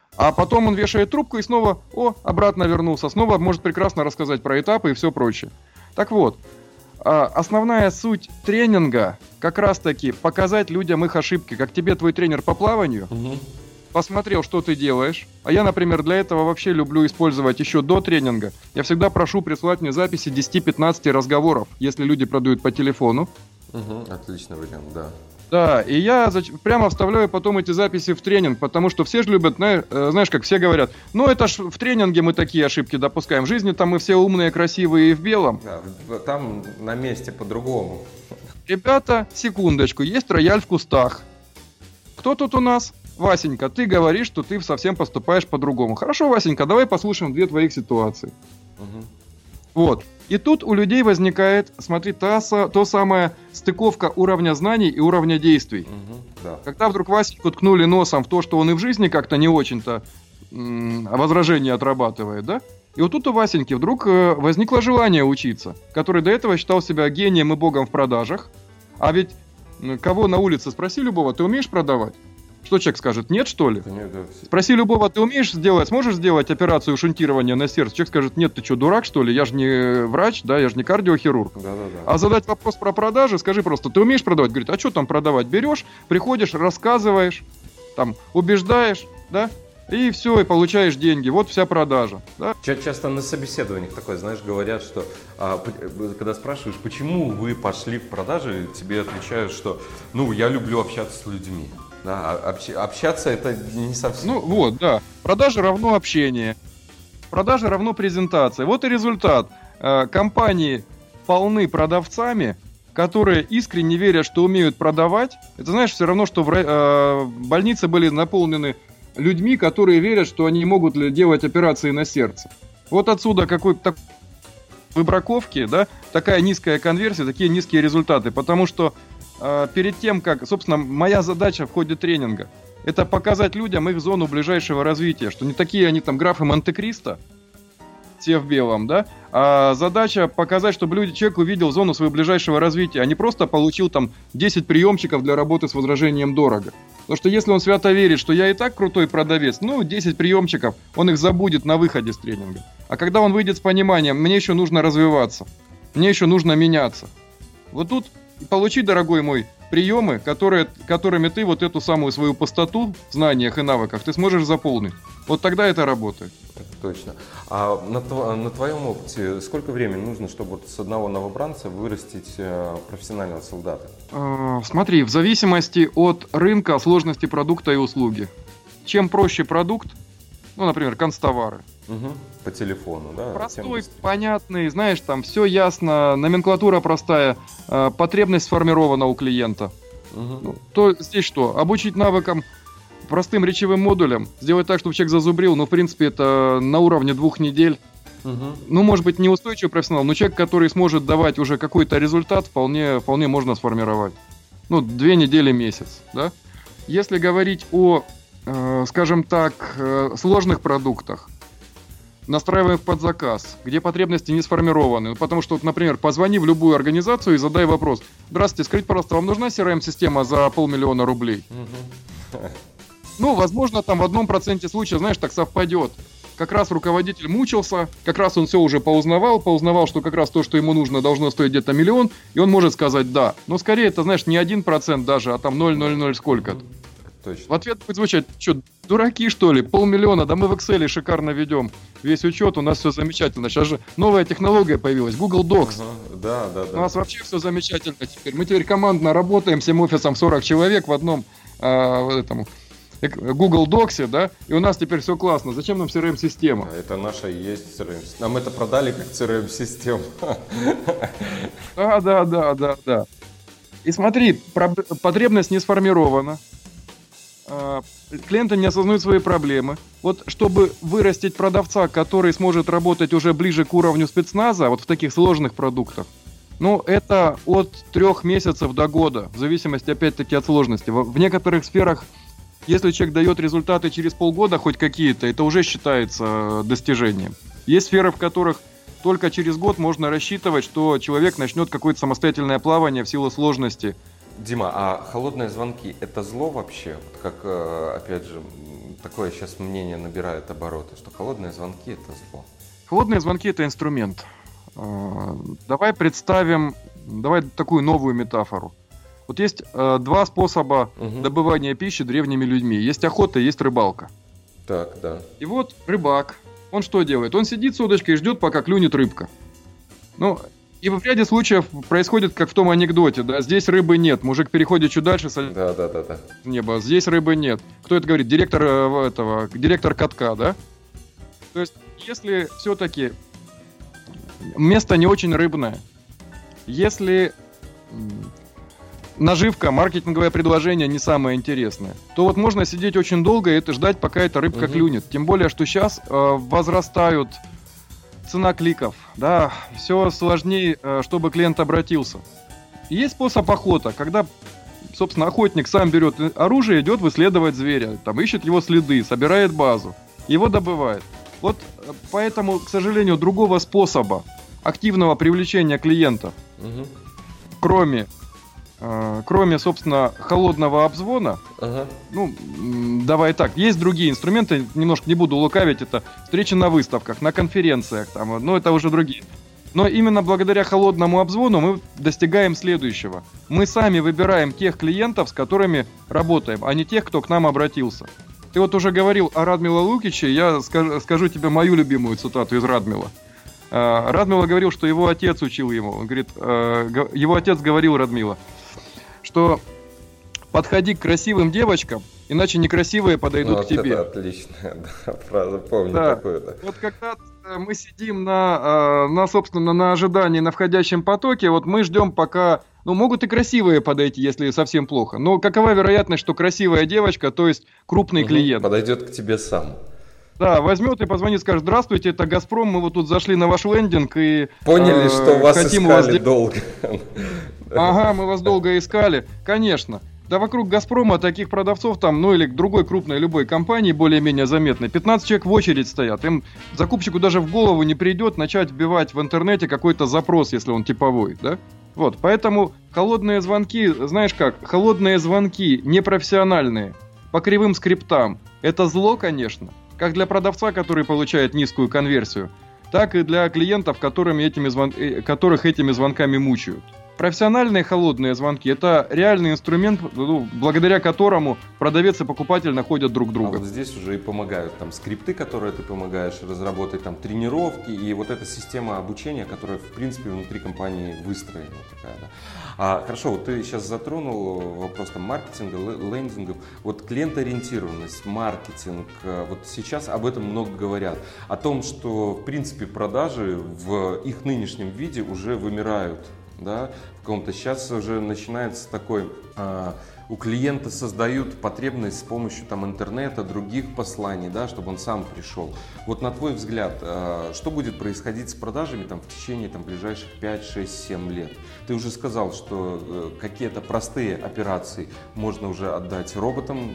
А потом он вешает трубку и снова, обратно вернулся. Снова может прекрасно рассказать про этапы и все прочее. Так вот, основная суть тренинга как раз-таки показать людям их ошибки. Как тебе твой тренер по плаванию посмотрел, что ты делаешь. А я, например, для этого вообще люблю использовать еще до тренинга. Я всегда прошу прислать мне записи 10-15 разговоров, если люди продают по телефону. Отличный вариант, да. Да, и я прямо вставляю потом эти записи в тренинг, потому что все же любят, знаешь, как все говорят, это ж в тренинге мы такие ошибки допускаем, в жизни там мы все умные, красивые и в белом. Да, там на месте по-другому. Ребята, секундочку, есть рояль в кустах. Кто тут у нас? Васенька, ты говоришь, что ты совсем поступаешь по-другому. Хорошо, Васенька, давай послушаем две твоих ситуации. Вот. И тут у людей возникает, смотри, та самая стыковка уровня знаний и уровня действий. Да. Когда вдруг Васеньку ткнули носом в то, что он и в жизни как-то не очень-то возражения отрабатывает, да? И вот тут у Васеньки вдруг возникло желание учиться, который до этого считал себя гением и богом в продажах. А ведь кого на улице спроси любого, ты умеешь продавать? Что человек скажет, нет, что ли? Спроси любого, ты сможешь сделать операцию шунтирования на сердце? Человек скажет, нет, ты что, дурак, что ли? Я же не врач, да, я же не кардиохирург. Да. А задать вопрос про продажи, скажи просто, ты умеешь продавать? Говорит, а что там продавать? Берешь, приходишь, рассказываешь, там, убеждаешь, да, и все, и получаешь деньги. Вот вся продажа. Да? Часто на собеседованиях такое, знаешь, говорят, что когда спрашиваешь, почему вы пошли в продажи, тебе отвечают, что, я люблю общаться с людьми. Да, общаться это не совсем. Да. Продажа равно общение. Продажа равно презентация. Вот и результат. Компании полны продавцами, которые искренне верят, что умеют продавать. Это, знаешь, все равно, что больницы были наполнены людьми, которые верят, что они могут делать операции на сердце. Вот отсюда какой-то выбраковки, да, такая низкая конверсия, такие низкие результаты. Потому что перед тем, как, собственно, моя задача в ходе тренинга, это показать людям их зону ближайшего развития, что не такие они там графы Монте-Кристо, все в белом, да, а задача показать, чтобы человек увидел зону своего ближайшего развития, а не просто получил там 10 приемчиков для работы с возражением дорого. Потому что если он свято верит, что я и так крутой продавец, 10 приемчиков, он их забудет на выходе с тренинга. А когда он выйдет с пониманием, мне еще нужно развиваться, мне еще нужно меняться. Вот тут получи, дорогой мой, приемы, которыми ты вот эту самую свою пустоту в знаниях и навыках ты сможешь заполнить. Вот тогда это работает. Это точно. А на твоем опыте сколько времени нужно, чтобы вот с одного новобранца вырастить профессионального солдата? Смотри, в зависимости от рынка, сложности продукта и услуги. Чем проще продукт, например, канцтовары. По телефону, да? Простой, понятный, знаешь, там все ясно, номенклатура простая, потребность сформирована у клиента. То здесь что? Обучить навыкам, простым речевым модулям, сделать так, чтобы человек зазубрил, в принципе, это на уровне 2 недель. Может быть, не устойчивый профессионал, но человек, который сможет давать уже какой-то результат, вполне можно сформировать. 2 недели, месяц, да? Если говорить о, скажем так, сложных продуктах, настраиваем под заказ, где потребности не сформированы. Потому что, например, позвони в любую организацию и задай вопрос. Здравствуйте, скажите, пожалуйста, вам нужна CRM-система за 500 000 рублей? Возможно, там в 1% случаев, знаешь, так совпадет. Как раз руководитель мучился, как раз он все уже поузнавал, что как раз то, что ему нужно, должно стоить где-то 1 000 000, и он может сказать «да». Но скорее это, знаешь, не 1% даже, а там 0,00 сколько-то. Точно. В ответ будет звучать, что, дураки что ли, 500 000, да мы в Excel шикарно ведем весь учет, у нас все замечательно. Сейчас же новая технология появилась, Google Docs. Да. У нас вообще все замечательно теперь. Мы теперь командно работаем, всем офисом 40 человек в одном Google Docs, да, и у нас теперь все классно. Зачем нам CRM-система? Это наша и есть CRM. Нам это продали как CRM-систему. Да. И смотри, потребность не сформирована. Клиенты не осознают свои проблемы. Вот чтобы вырастить продавца, который сможет работать уже ближе к уровню спецназа, вот в таких сложных продуктах, это от 3 месяцев до года, в зависимости, опять-таки, от сложности. В некоторых сферах, если человек дает результаты через полгода, хоть какие-то, это уже считается достижением. Есть сферы, в которых только через год можно рассчитывать, что человек начнет какое-то самостоятельное плавание в силу сложности. Дима, а холодные звонки – это зло вообще? Как, опять же, такое сейчас мнение набирает обороты, что холодные звонки – это зло. Холодные звонки – это инструмент. Давай такую новую метафору. Вот есть два способа добывания пищи древними людьми. Есть охота, есть рыбалка. Так, да. И вот рыбак, он что делает? Он сидит с удочкой и ждет, пока клюнет рыбка. Ну, и в ряде случаев происходит, как в том анекдоте, да, здесь рыбы нет, мужик переходит чуть дальше с неба, здесь рыбы нет. Кто это говорит? Директор катка, да? То есть, если все-таки место не очень рыбное, если наживка, маркетинговое предложение не самое интересное, то вот можно сидеть очень долго и это ждать, пока эта рыбка клюнет. Тем более, что сейчас возрастают цена кликов, да, все сложнее, чтобы клиент обратился. И есть способ охота, когда, собственно, охотник сам берет оружие, идет выследовать зверя, там ищет его следы, собирает базу, его добывает. Вот поэтому, к сожалению, другого способа активного привлечения клиентов, кроме, собственно, холодного обзвона, давай так, есть другие инструменты, немножко не буду лукавить, это встречи на выставках, на конференциях, это уже другие. Но именно благодаря холодному обзвону мы достигаем следующего. Мы сами выбираем тех клиентов, с которыми работаем, а не тех, кто к нам обратился. Ты вот уже говорил о Радмила Лукиче, я скажу тебе мою любимую цитату из Радмила. Радмила говорил, что его отец учил ему. Он говорит, его отец говорил Радмила, что подходи к красивым девочкам, иначе некрасивые подойдут к тебе. Это отличная фраза, помню такую-то. Вот когда мы сидим собственно, на ожидании на входящем потоке, вот мы ждем пока... могут и красивые подойти, если совсем плохо. Но какова вероятность, что красивая девочка, то есть крупный клиент, подойдет к тебе сам? Да, возьмет и позвонит, скажет: здравствуйте, это «Газпром», мы вот тут зашли на ваш лендинг и... Поняли, что вас искали долго. Ага, мы вас долго искали, конечно. Да вокруг «Газпрома» таких продавцов или другой крупной любой компании более-менее заметной, 15 человек в очередь стоят. Им закупщику даже в голову не придет начать вбивать в интернете какой-то запрос, если он типовой, да? Вот, поэтому холодные звонки, знаешь как, холодные звонки непрофессиональные, по кривым скриптам, это зло, конечно. Как для продавца, который получает низкую конверсию, так и для клиентов, которых этими звонками мучают. Профессиональные холодные звонки – это реальный инструмент, благодаря которому продавец и покупатель находят друг друга. А вот здесь уже и помогают скрипты, которые ты помогаешь разработать, тренировки и вот эта система обучения, которая в принципе внутри компании выстроена. Хорошо, вот ты сейчас затронул вопрос маркетинга, лендингов. Вот клиенториентированность, маркетинг, вот сейчас об этом много говорят. О том, что в принципе продажи в их нынешнем виде уже вымирают. Да, в каком-то сейчас уже начинается такой, у клиента создают потребность с помощью интернета, других посланий, да, чтобы он сам пришел. Вот на твой взгляд, что будет происходить с продажами в течение ближайших 5, 6, 7 лет? Ты уже сказал, что какие-то простые операции можно уже отдать роботам,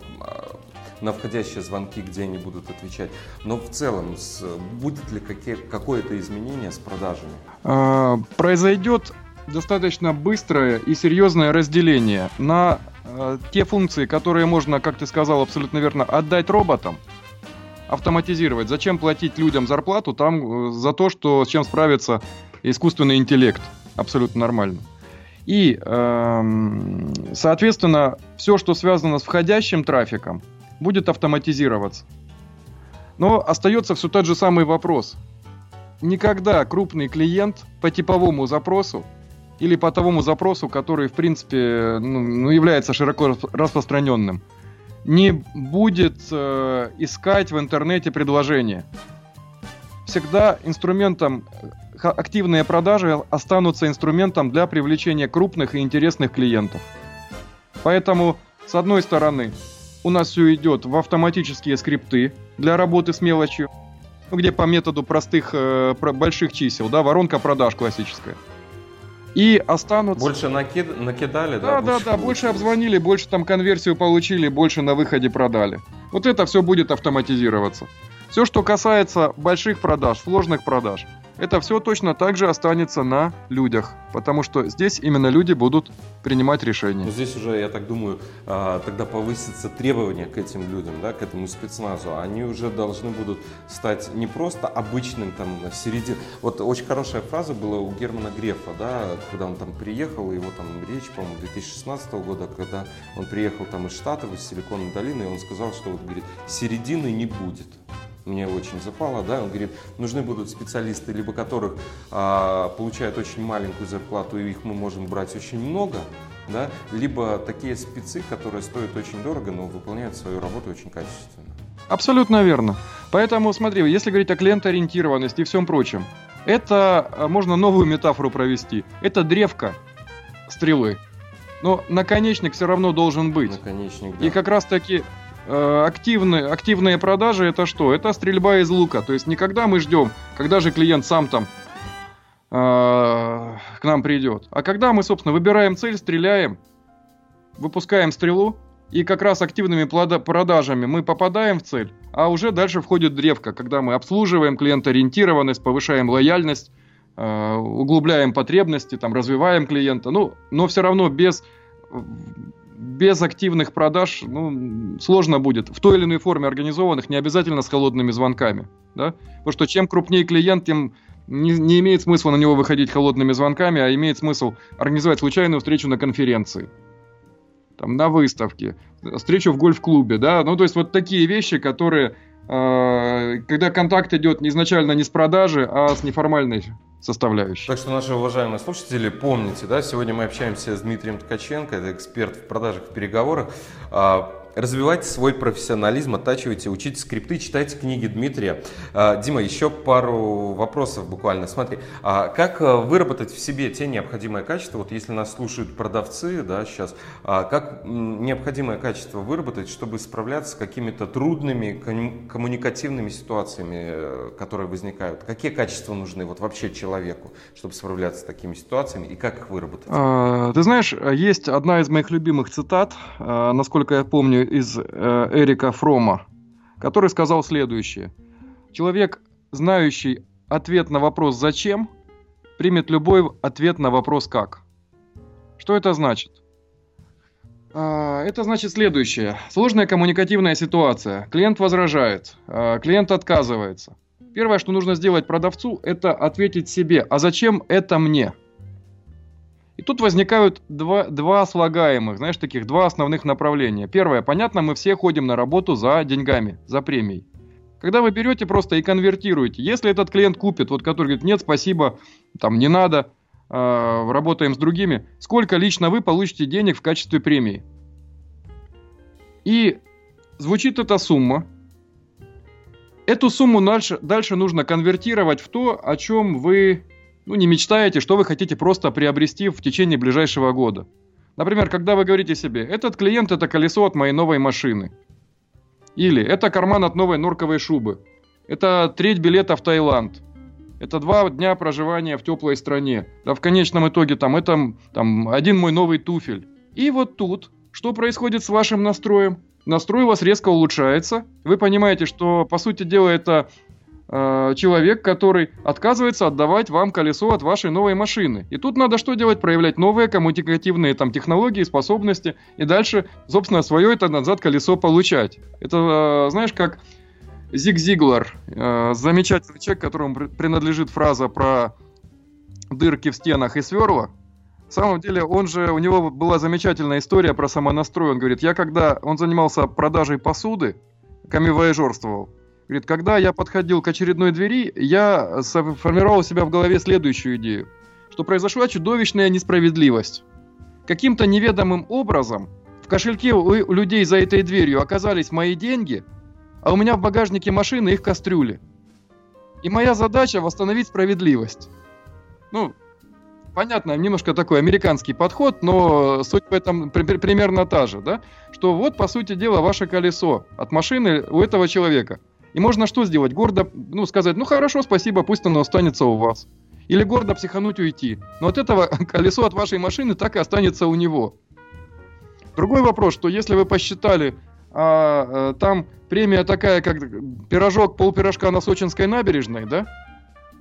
на входящие звонки, где они будут отвечать. Но в целом, будет ли какое-то изменение с продажами? Произойдет достаточно быстрое и серьезное разделение на те функции, которые можно, как ты сказал абсолютно верно, отдать роботам, автоматизировать. Зачем платить людям зарплату за то, с чем справится искусственный интеллект? Абсолютно нормально. И, соответственно, все, что связано с входящим трафиком, будет автоматизироваться. Но остается все тот же самый вопрос. Никогда крупный клиент по типовому запросу или по тому запросу, который в принципе является широко распространенным, не будет искать в интернете предложения. Всегда активные продажи останутся инструментом для привлечения крупных и интересных клиентов. Поэтому, с одной стороны, у нас все идет в автоматические скрипты для работы с мелочью, где по методу простых больших чисел, да, воронка продаж классическая. И останутся... Больше накидали, да? Да, больше обзвонили, больше конверсию получили, больше на выходе продали. Вот это все будет автоматизироваться. Все, что касается больших продаж, сложных продаж, это все точно так же останется на людях, потому что здесь именно люди будут принимать решения. Но здесь уже, я так думаю, тогда повысятся требования к этим людям, да, к этому спецназу. Они уже должны будут стать не просто обычным там серединой. Вот очень хорошая фраза была у Германа Грефа, да, когда он там приехал, его там речь, по-моему, 2016 года, когда он приехал там из Штатов, из Силиконовой долины, и он сказал, что вот, говорит, середины не будет. Мне очень запало, да, он говорит, нужны будут специалисты, либо которых получают очень маленькую зарплату, и их мы можем брать очень много, да, либо такие спецы, которые стоят очень дорого, но выполняют свою работу очень качественно. Абсолютно верно. Поэтому, смотри, если говорить о клиенториентированности и всем прочем, это можно новую метафору провести. Это древко стрелы, но наконечник все равно должен быть. Наконечник, да. И как раз таки активные продажи это что? Это стрельба из лука. То есть никогда мы ждем, когда же клиент сам там к нам придет. А когда мы, собственно, выбираем цель, стреляем, выпускаем стрелу, и как раз активными продажами мы попадаем в цель, а уже дальше входит древко, когда мы обслуживаем клиенториентированность, повышаем лояльность, углубляем потребности, там, развиваем клиента. Но все равно без активных продаж сложно будет. В той или иной форме организованных, не обязательно с холодными звонками. Да? Потому что чем крупнее клиент, тем не имеет смысла на него выходить холодными звонками, а имеет смысл организовать случайную встречу на конференции, там, на выставке, встречу в гольф-клубе. Да? То есть вот такие вещи, которые, когда контакт идет изначально не с продажи, а с неформальной составляющей. Так что, наши уважаемые слушатели, помните, да, сегодня мы общаемся с Дмитрием Ткаченко, это эксперт в продажах и переговорах. Развивайте свой профессионализм, оттачивайте, учите скрипты, читайте книги Дмитрия. Дима, еще пару вопросов буквально. Смотри, как выработать в себе те необходимые качества, вот если нас слушают продавцы, да, сейчас, как необходимое качество выработать, чтобы справляться с какими-то трудными коммуникативными ситуациями, которые возникают? Какие качества нужны вот вообще человеку, чтобы справляться с такими ситуациями, и как их выработать? Ты знаешь, есть одна из моих любимых цитат, насколько я помню, из Эрика Фрома, который сказал следующее. Человек, знающий ответ на вопрос «зачем», примет любой ответ на вопрос «как». Что это значит? Это значит следующее. Сложная коммуникативная ситуация. Клиент возражает, клиент отказывается. Первое, что нужно сделать продавцу, это ответить себе, а зачем это мне? И тут возникают два слагаемых, знаешь, таких два основных направления. Первое, понятно, мы все ходим на работу за деньгами, за премией. Когда вы берете просто и конвертируете, если этот клиент купит, вот который говорит, нет, спасибо, там не надо, работаем с другими, сколько лично вы получите денег в качестве премии? И звучит эта сумма. Эту сумму дальше нужно конвертировать в то, о чем вы не мечтаете, что вы хотите просто приобрести в течение ближайшего года. Например, когда вы говорите себе, этот клиент это колесо от моей новой машины. Или это карман от новой норковой шубы. Это треть билета в Таиланд. Это 2 дня проживания в теплой стране. Да, в конечном итоге это один мой новый туфель. И вот тут, что происходит с вашим настроем? Настрой у вас резко улучшается. Вы понимаете, что по сути дела это человек, который отказывается отдавать вам колесо от вашей новой машины. И тут надо что делать? Проявлять новые коммуникативные технологии, способности, и дальше, собственно, свое это назад колесо получать. Это, знаешь, как Зиг Зиглар, замечательный человек, которому принадлежит фраза про дырки в стенах и сверла. На самом деле, у него была замечательная история про самонастрой. Он говорит, он занимался продажей посуды, камевояжерствовал. Говорит, когда я подходил к очередной двери, я сформировал у себя в голове следующую идею, что произошла чудовищная несправедливость. Каким-то неведомым образом в кошельке у людей за этой дверью оказались мои деньги, а у меня в багажнике машины их кастрюли. И моя задача восстановить справедливость. Понятно, немножко такой американский подход, но суть в этом примерно та же, да? Что вот, по сути дела, ваше колесо от машины у этого человека. И можно что сделать? Гордо, сказать, хорошо, спасибо, пусть оно останется у вас. Или гордо психануть уйти. Но от этого колесо от вашей машины так и останется у него. Другой вопрос, что если вы посчитали, там премия такая, как полпирожка на Сочинской набережной, да?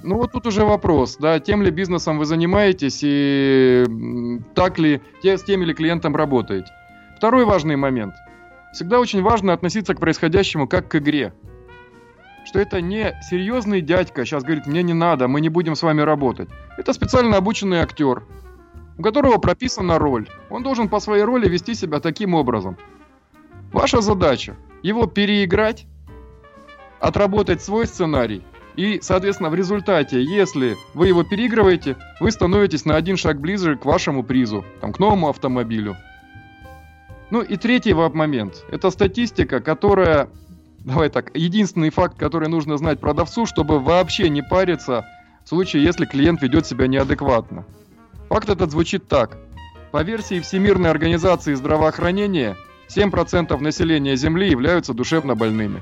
Ну вот тут уже вопрос, да, тем ли бизнесом вы занимаетесь и так ли, с теми ли клиентом работаете. Второй важный момент. Всегда очень важно относиться к происходящему как к игре. Что это не серьезный дядька сейчас говорит, мне не надо, мы не будем с вами работать. Это специально обученный актер, у которого прописана роль. Он должен по своей роли вести себя таким образом. Ваша задача его переиграть, отработать свой сценарий. И, соответственно, в результате, если вы его переигрываете, вы становитесь на один шаг ближе к вашему призу, там, к новому автомобилю. Ну и третий момент. Это статистика, которая, давай так, единственный факт, который нужно знать продавцу, чтобы вообще не париться в случае, если клиент ведет себя неадекватно. Факт этот звучит так. По версии Всемирной организации здравоохранения, 7% населения Земли являются душевно больными.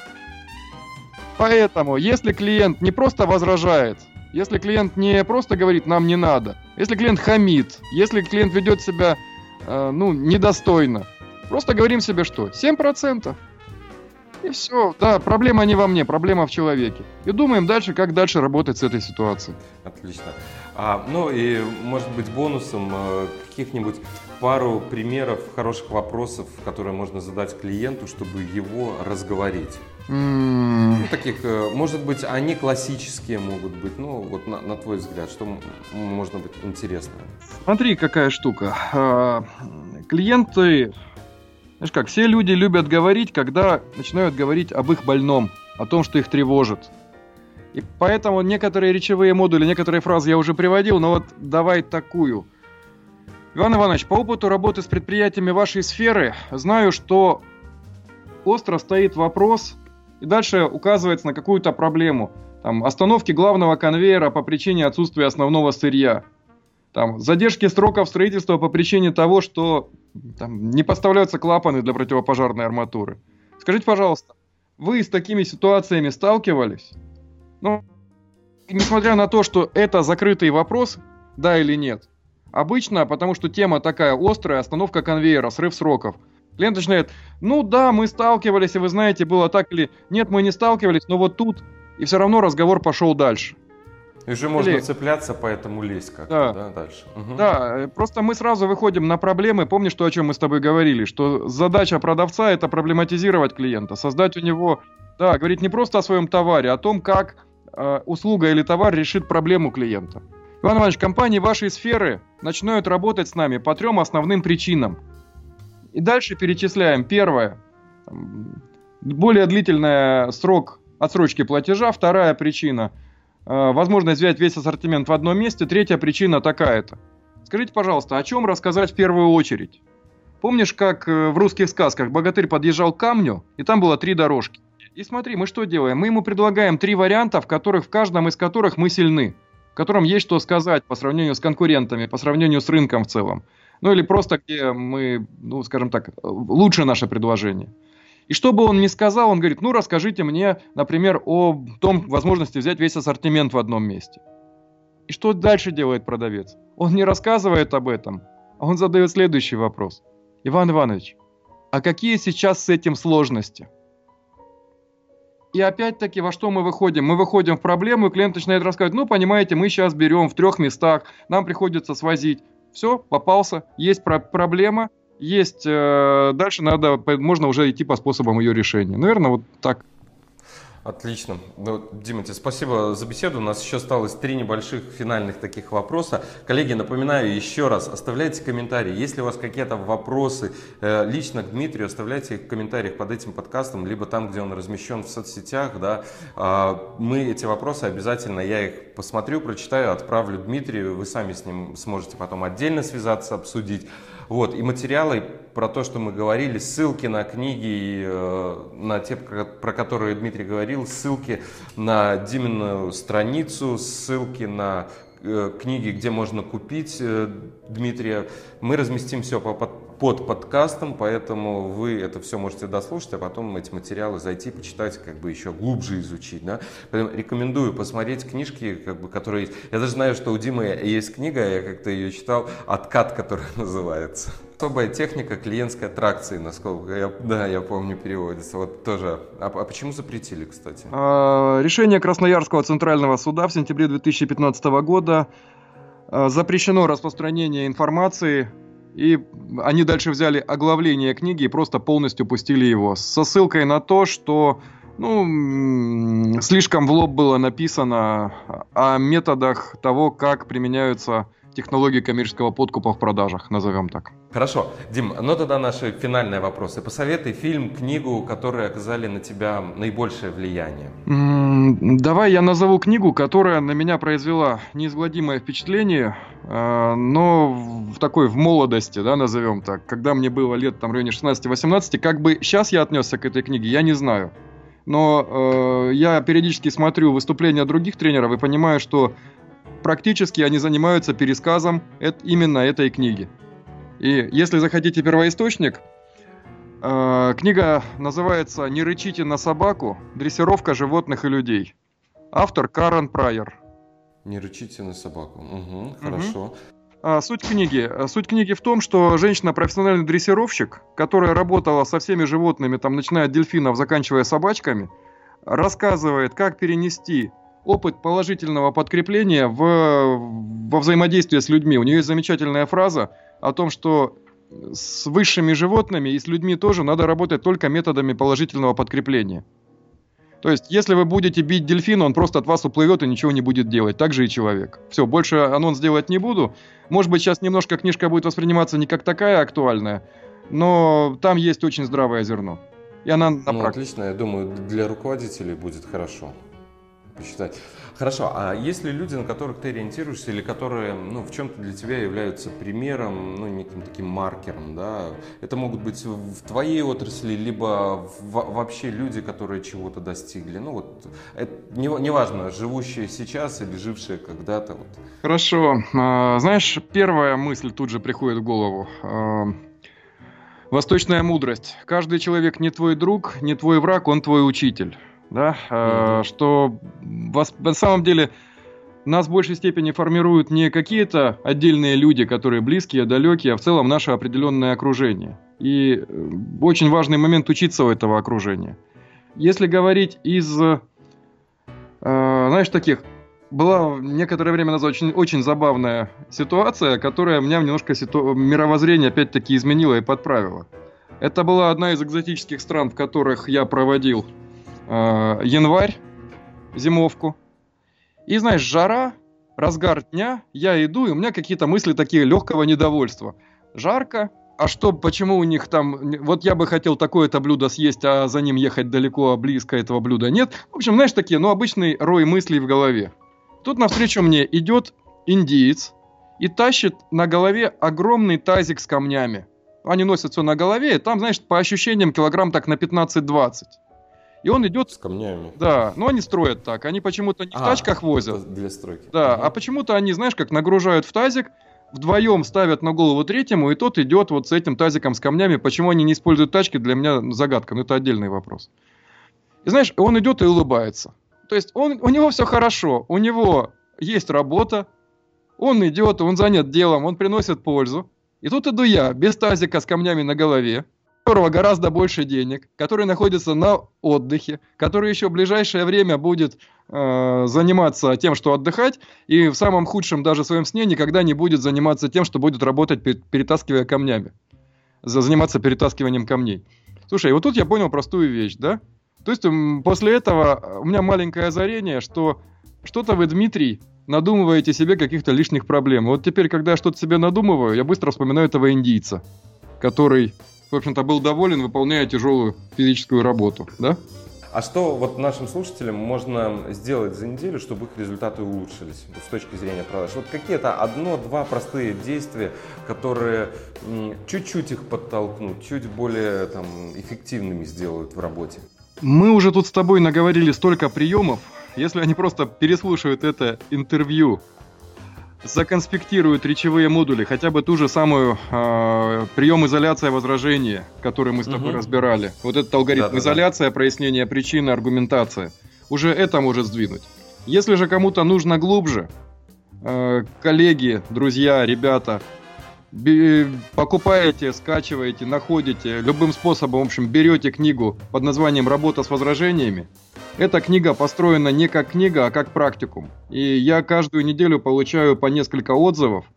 Поэтому, если клиент не просто возражает, если клиент не просто говорит «нам не надо», если клиент хамит, если клиент ведет себя недостойно, просто говорим себе что? 7%. И все. Да, проблема не во мне, проблема в человеке. И думаем дальше, как дальше работать с этой ситуацией. Отлично. Ну и, может быть, бонусом каких-нибудь пару примеров хороших вопросов, которые можно задать клиенту, чтобы его разговорить. Таких, может быть, они классические могут быть, вот на твой взгляд, что можно быть интересное? Смотри, какая штука. Клиенты, знаешь как, все люди любят говорить, когда начинают говорить об их больном, о том, что их тревожит. И поэтому некоторые речевые модули, некоторые фразы я уже приводил, но вот давай такую. Иван Иванович, по опыту работы с предприятиями вашей сферы, знаю, что остро стоит вопрос, и дальше указывается на какую-то проблему. Там, остановки главного конвейера по причине отсутствия основного сырья. Там, задержки сроков строительства по причине того, что там, не поставляются клапаны для противопожарной арматуры. Скажите, пожалуйста, вы с такими ситуациями сталкивались? Несмотря на то, что это закрытый вопрос, да или нет, обычно, потому что тема такая острая, остановка конвейера, срыв сроков, клиент начинает, да, мы сталкивались, и вы знаете, было так или... Нет, мы не сталкивались, но вот тут, и все равно разговор пошел дальше. И уже можно цепляться, поэтому лезть как-то, дальше. Угу. Да, просто мы сразу выходим на проблемы. Помнишь то, о чем мы с тобой говорили? Что задача продавца – это проблематизировать клиента, создать у него, говорить не просто о своем товаре, а о том, как услуга или товар решит проблему клиента. Иван Иванович, компании вашей сферы начинают работать с нами по 3 основным причинам. И дальше перечисляем. Первое – более длительный срок отсрочки платежа. Вторая причина – возможность взять весь ассортимент в одном месте. Третья причина такая-то. Скажите, пожалуйста, о чем рассказать в первую очередь? Помнишь, как в русских сказках богатырь подъезжал к камню, и там было 3 дорожки? И смотри, мы что делаем? Мы ему предлагаем 3 варианта, в каждом из которых мы сильны, в котором есть что сказать по сравнению с конкурентами, по сравнению с рынком в целом. Или просто где мы, скажем так, лучше наше предложение. И что бы он ни сказал, он говорит, расскажите мне, например, о том, возможности взять весь ассортимент в одном месте. И что дальше делает продавец? Он не рассказывает об этом, а он задает следующий вопрос. Иван Иванович, а какие сейчас с этим сложности? И опять-таки, во что мы выходим? Мы выходим в проблему, и клиент начинает рассказывать, понимаете, мы сейчас берем в 3 местах, нам приходится свозить. Все, попался, есть проблема. Есть, дальше можно уже идти по способам ее решения. Наверное, вот так. Отлично. Дима, тебе спасибо за беседу. У нас еще осталось 3 небольших финальных таких вопроса. Коллеги, напоминаю еще раз, оставляйте комментарии. Если у вас какие-то вопросы лично к Дмитрию, оставляйте их в комментариях под этим подкастом, либо там, где он размещен в соцсетях. Мы эти вопросы обязательно, я их посмотрю, прочитаю, отправлю Дмитрию. Вы сами с ним сможете потом отдельно связаться, обсудить. И материалы про то, что мы говорили, ссылки на книги, на те, про которые Дмитрий говорил, ссылки на Димину страницу, ссылки на книги, где можно купить Дмитрия. Мы разместим все под подкастом, поэтому вы это все можете дослушать, а потом эти материалы зайти, почитать, как бы еще глубже изучить. Да? Поэтому рекомендую посмотреть книжки, как бы, которые... Я даже знаю, что у Димы есть книга, я как-то ее читал, «Откат», которая называется. Особая техника клиентской аттракции, насколько я помню, переводится. Вот тоже. А почему запретили, кстати? Решение Красноярского центрального суда в сентябре 2015 года запрещено распространение информации, и они дальше взяли оглавление книги и просто полностью пустили его. Со ссылкой на то, что слишком в лоб было написано о методах того, как применяются технологии коммерческого подкупа в продажах, назовем так. Хорошо. Дим, ну тогда наши финальные вопросы. Посоветуй фильм, книгу, которые оказали на тебя наибольшее влияние. Давай я назову книгу, которая на меня произвела неизгладимое впечатление, но в молодости, да, назовем так, когда мне было лет там в районе 16-18, как бы сейчас я отнесся к этой книге, я не знаю. Но я периодически смотрю выступления других тренеров и понимаю, что практически они занимаются пересказом именно этой книги. И если захотите первоисточник, книга называется «Не рычите на собаку. Дрессировка животных и людей». Автор Карен Прайер. Не рычите на собаку. Хорошо. Суть книги в том, что женщина профессиональный дрессировщик, которая работала со всеми животными, там, начиная от дельфинов, заканчивая собачками, рассказывает, как перенести опыт положительного подкрепления во взаимодействии с людьми. У нее есть замечательная фраза о том, что с высшими животными и с людьми тоже надо работать только методами положительного подкрепления. То есть, если вы будете бить дельфина, он просто от вас уплывет и ничего не будет делать. Так же и человек. Все, больше анонс делать не буду. Может быть, сейчас немножко книжка будет восприниматься не как такая актуальная, но там есть очень здравое зерно. И она на практике. Отлично, я думаю, для руководителей будет хорошо почитать. Хорошо, а есть ли люди, на которых ты ориентируешься, или которые, в чем-то для тебя являются примером, неким таким маркером, да? Это могут быть в твоей отрасли, либо вообще люди, которые чего-то достигли. Это неважно, живущие сейчас или жившие когда-то. Хорошо. Знаешь, первая мысль тут же приходит в голову. Восточная мудрость. Каждый человек не твой друг, не твой враг, он твой учитель. Да, что на самом деле нас в большей степени формируют не какие-то отдельные люди, которые близкие, далекие, а в целом наше определенное окружение. И очень важный момент учиться у этого окружения. Если говорить таких, была некоторое время назад очень забавная ситуация, которая меня немножко мировоззрение опять-таки изменила и подправила. Это была одна из экзотических стран, в которых я проводил январь, зимовку. И знаешь, жара, разгар дня, я иду, и у меня какие-то мысли такие легкого недовольства. Жарко, почему у них там, вот я бы хотел такое-то блюдо съесть, а за ним ехать далеко, а близко этого блюда нет. В общем, знаешь, такие, обычный рой мыслей в голове. Тут навстречу мне идет индиец и тащит на голове огромный тазик с камнями. Они носят все на голове, и там, знаешь, по ощущениям килограмм так на 15-20. И он идет... С камнями. Да, но они строят так. Они почему-то не в тачках возят. Для стройки. Да, а почему-то они, знаешь, как нагружают в тазик, вдвоем ставят на голову третьему, и тот идет вот с этим тазиком с камнями. Почему они не используют тачки, для меня загадка, но это отдельный вопрос. И знаешь, он идет и улыбается. То есть у него все хорошо, у него есть работа, он идет, он занят делом, он приносит пользу. И тут иду я, без тазика с камнями на голове, у которого гораздо больше денег, который находится на отдыхе, который еще в ближайшее время будет заниматься тем, что отдыхать, и в самом худшем даже своем сне никогда не будет заниматься тем, что будет работать, перетаскивая камнями, заниматься перетаскиванием камней. Слушай, вот тут я понял простую вещь, да? То есть после этого у меня маленькое озарение, что что-то вы, Дмитрий, надумываете себе каких-то лишних проблем. Вот теперь, когда я что-то себе надумываю, я быстро вспоминаю этого индийца, который, в общем-то, был доволен, выполняя тяжелую физическую работу, да? А что вот нашим слушателям можно сделать за неделю, чтобы их результаты улучшились с точки зрения продаж? Вот какие-то одно-два простые действия, которые чуть-чуть их подтолкнут, чуть более эффективными сделают в работе. Мы уже тут с тобой наговорили столько приемов. Если они просто переслушают это интервью законспектируют речевые модули, хотя бы ту же самую прием изоляция возражения, который мы с тобой разбирали. Вот этот алгоритм изоляция, прояснение причины, аргументация. Уже это может сдвинуть. Если же кому-то нужно глубже, коллеги, друзья, ребята, покупаете, скачиваете, находите, любым способом, в общем, берете книгу под названием «Работа с возражениями». Эта книга построена не как книга, а как практикум. И я каждую неделю получаю по несколько отзывов.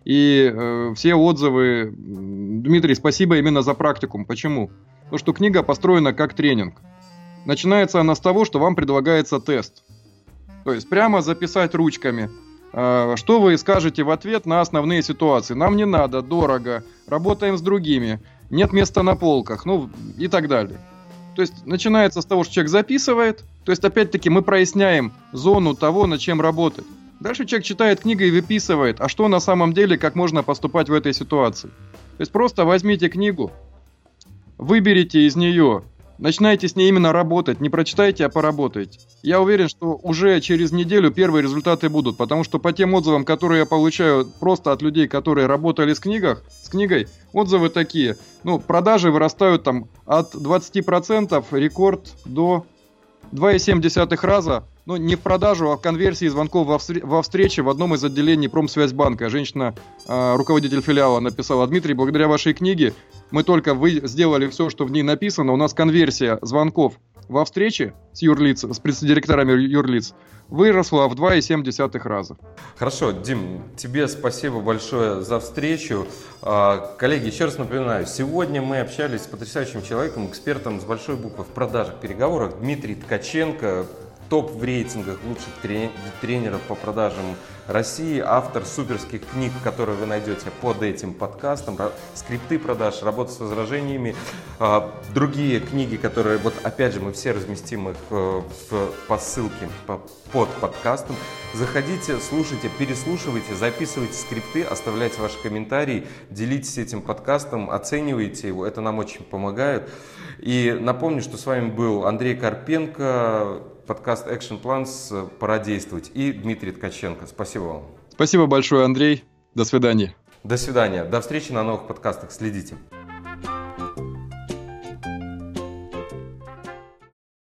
И все отзывы, Дмитрий, спасибо именно за практикум. Почему? Потому что книга построена как тренинг. Начинается она с того, что вам предлагается тест. То есть прямо записать ручками, что вы скажете в ответ на основные ситуации. Нам не надо, дорого, работаем с другими, нет места на полках, ну и так далее. То есть начинается с того, что человек записывает. То есть опять-таки мы проясняем зону того, над чем работать. Дальше человек читает книгу и выписывает, а что на самом деле, как можно поступать в этой ситуации. То есть просто возьмите книгу, выберите из нее, начинайте с ней именно работать, не прочитайте, а поработайте. Я уверен, что уже через неделю первые результаты будут, потому что по тем отзывам, которые я получаю просто от людей, которые работали с книгой, отзывы такие. Ну, продажи вырастают там от 20%, рекорд до 2,7 раза. Ну, не в продажу, а в конверсии звонков во встрече в одном из отделений Промсвязьбанка. Женщина, руководитель филиала, написала: Дмитрий, благодаря вашей книге мы только сделали все, что в ней написано. У нас конверсия звонков во встрече с пресс-директорами юрлиц выросла в 2,7 раза. Хорошо, Дим, тебе спасибо большое за встречу. Коллеги, еще раз напоминаю, сегодня мы общались с потрясающим человеком, экспертом с большой буквы в продажах, переговорах, Дмитрий Ткаченко, топ в рейтингах лучших тренеров по продажам России, автор суперских книг, которые вы найдете под этим подкастом, скрипты продаж, работа с возражениями, другие книги, которые, вот опять же, мы все разместим их по ссылке под подкастом. Заходите, слушайте, переслушивайте, записывайте скрипты, оставляйте ваши комментарии, делитесь этим подкастом, оценивайте его, это нам очень помогает. И напомню, что с вами был Андрей Карпенко, подкаст Action Plans «Пора действовать», и Дмитрий Ткаченко. Спасибо вам. Спасибо большое, Андрей. До свидания. До свидания. До встречи на новых подкастах. Следите.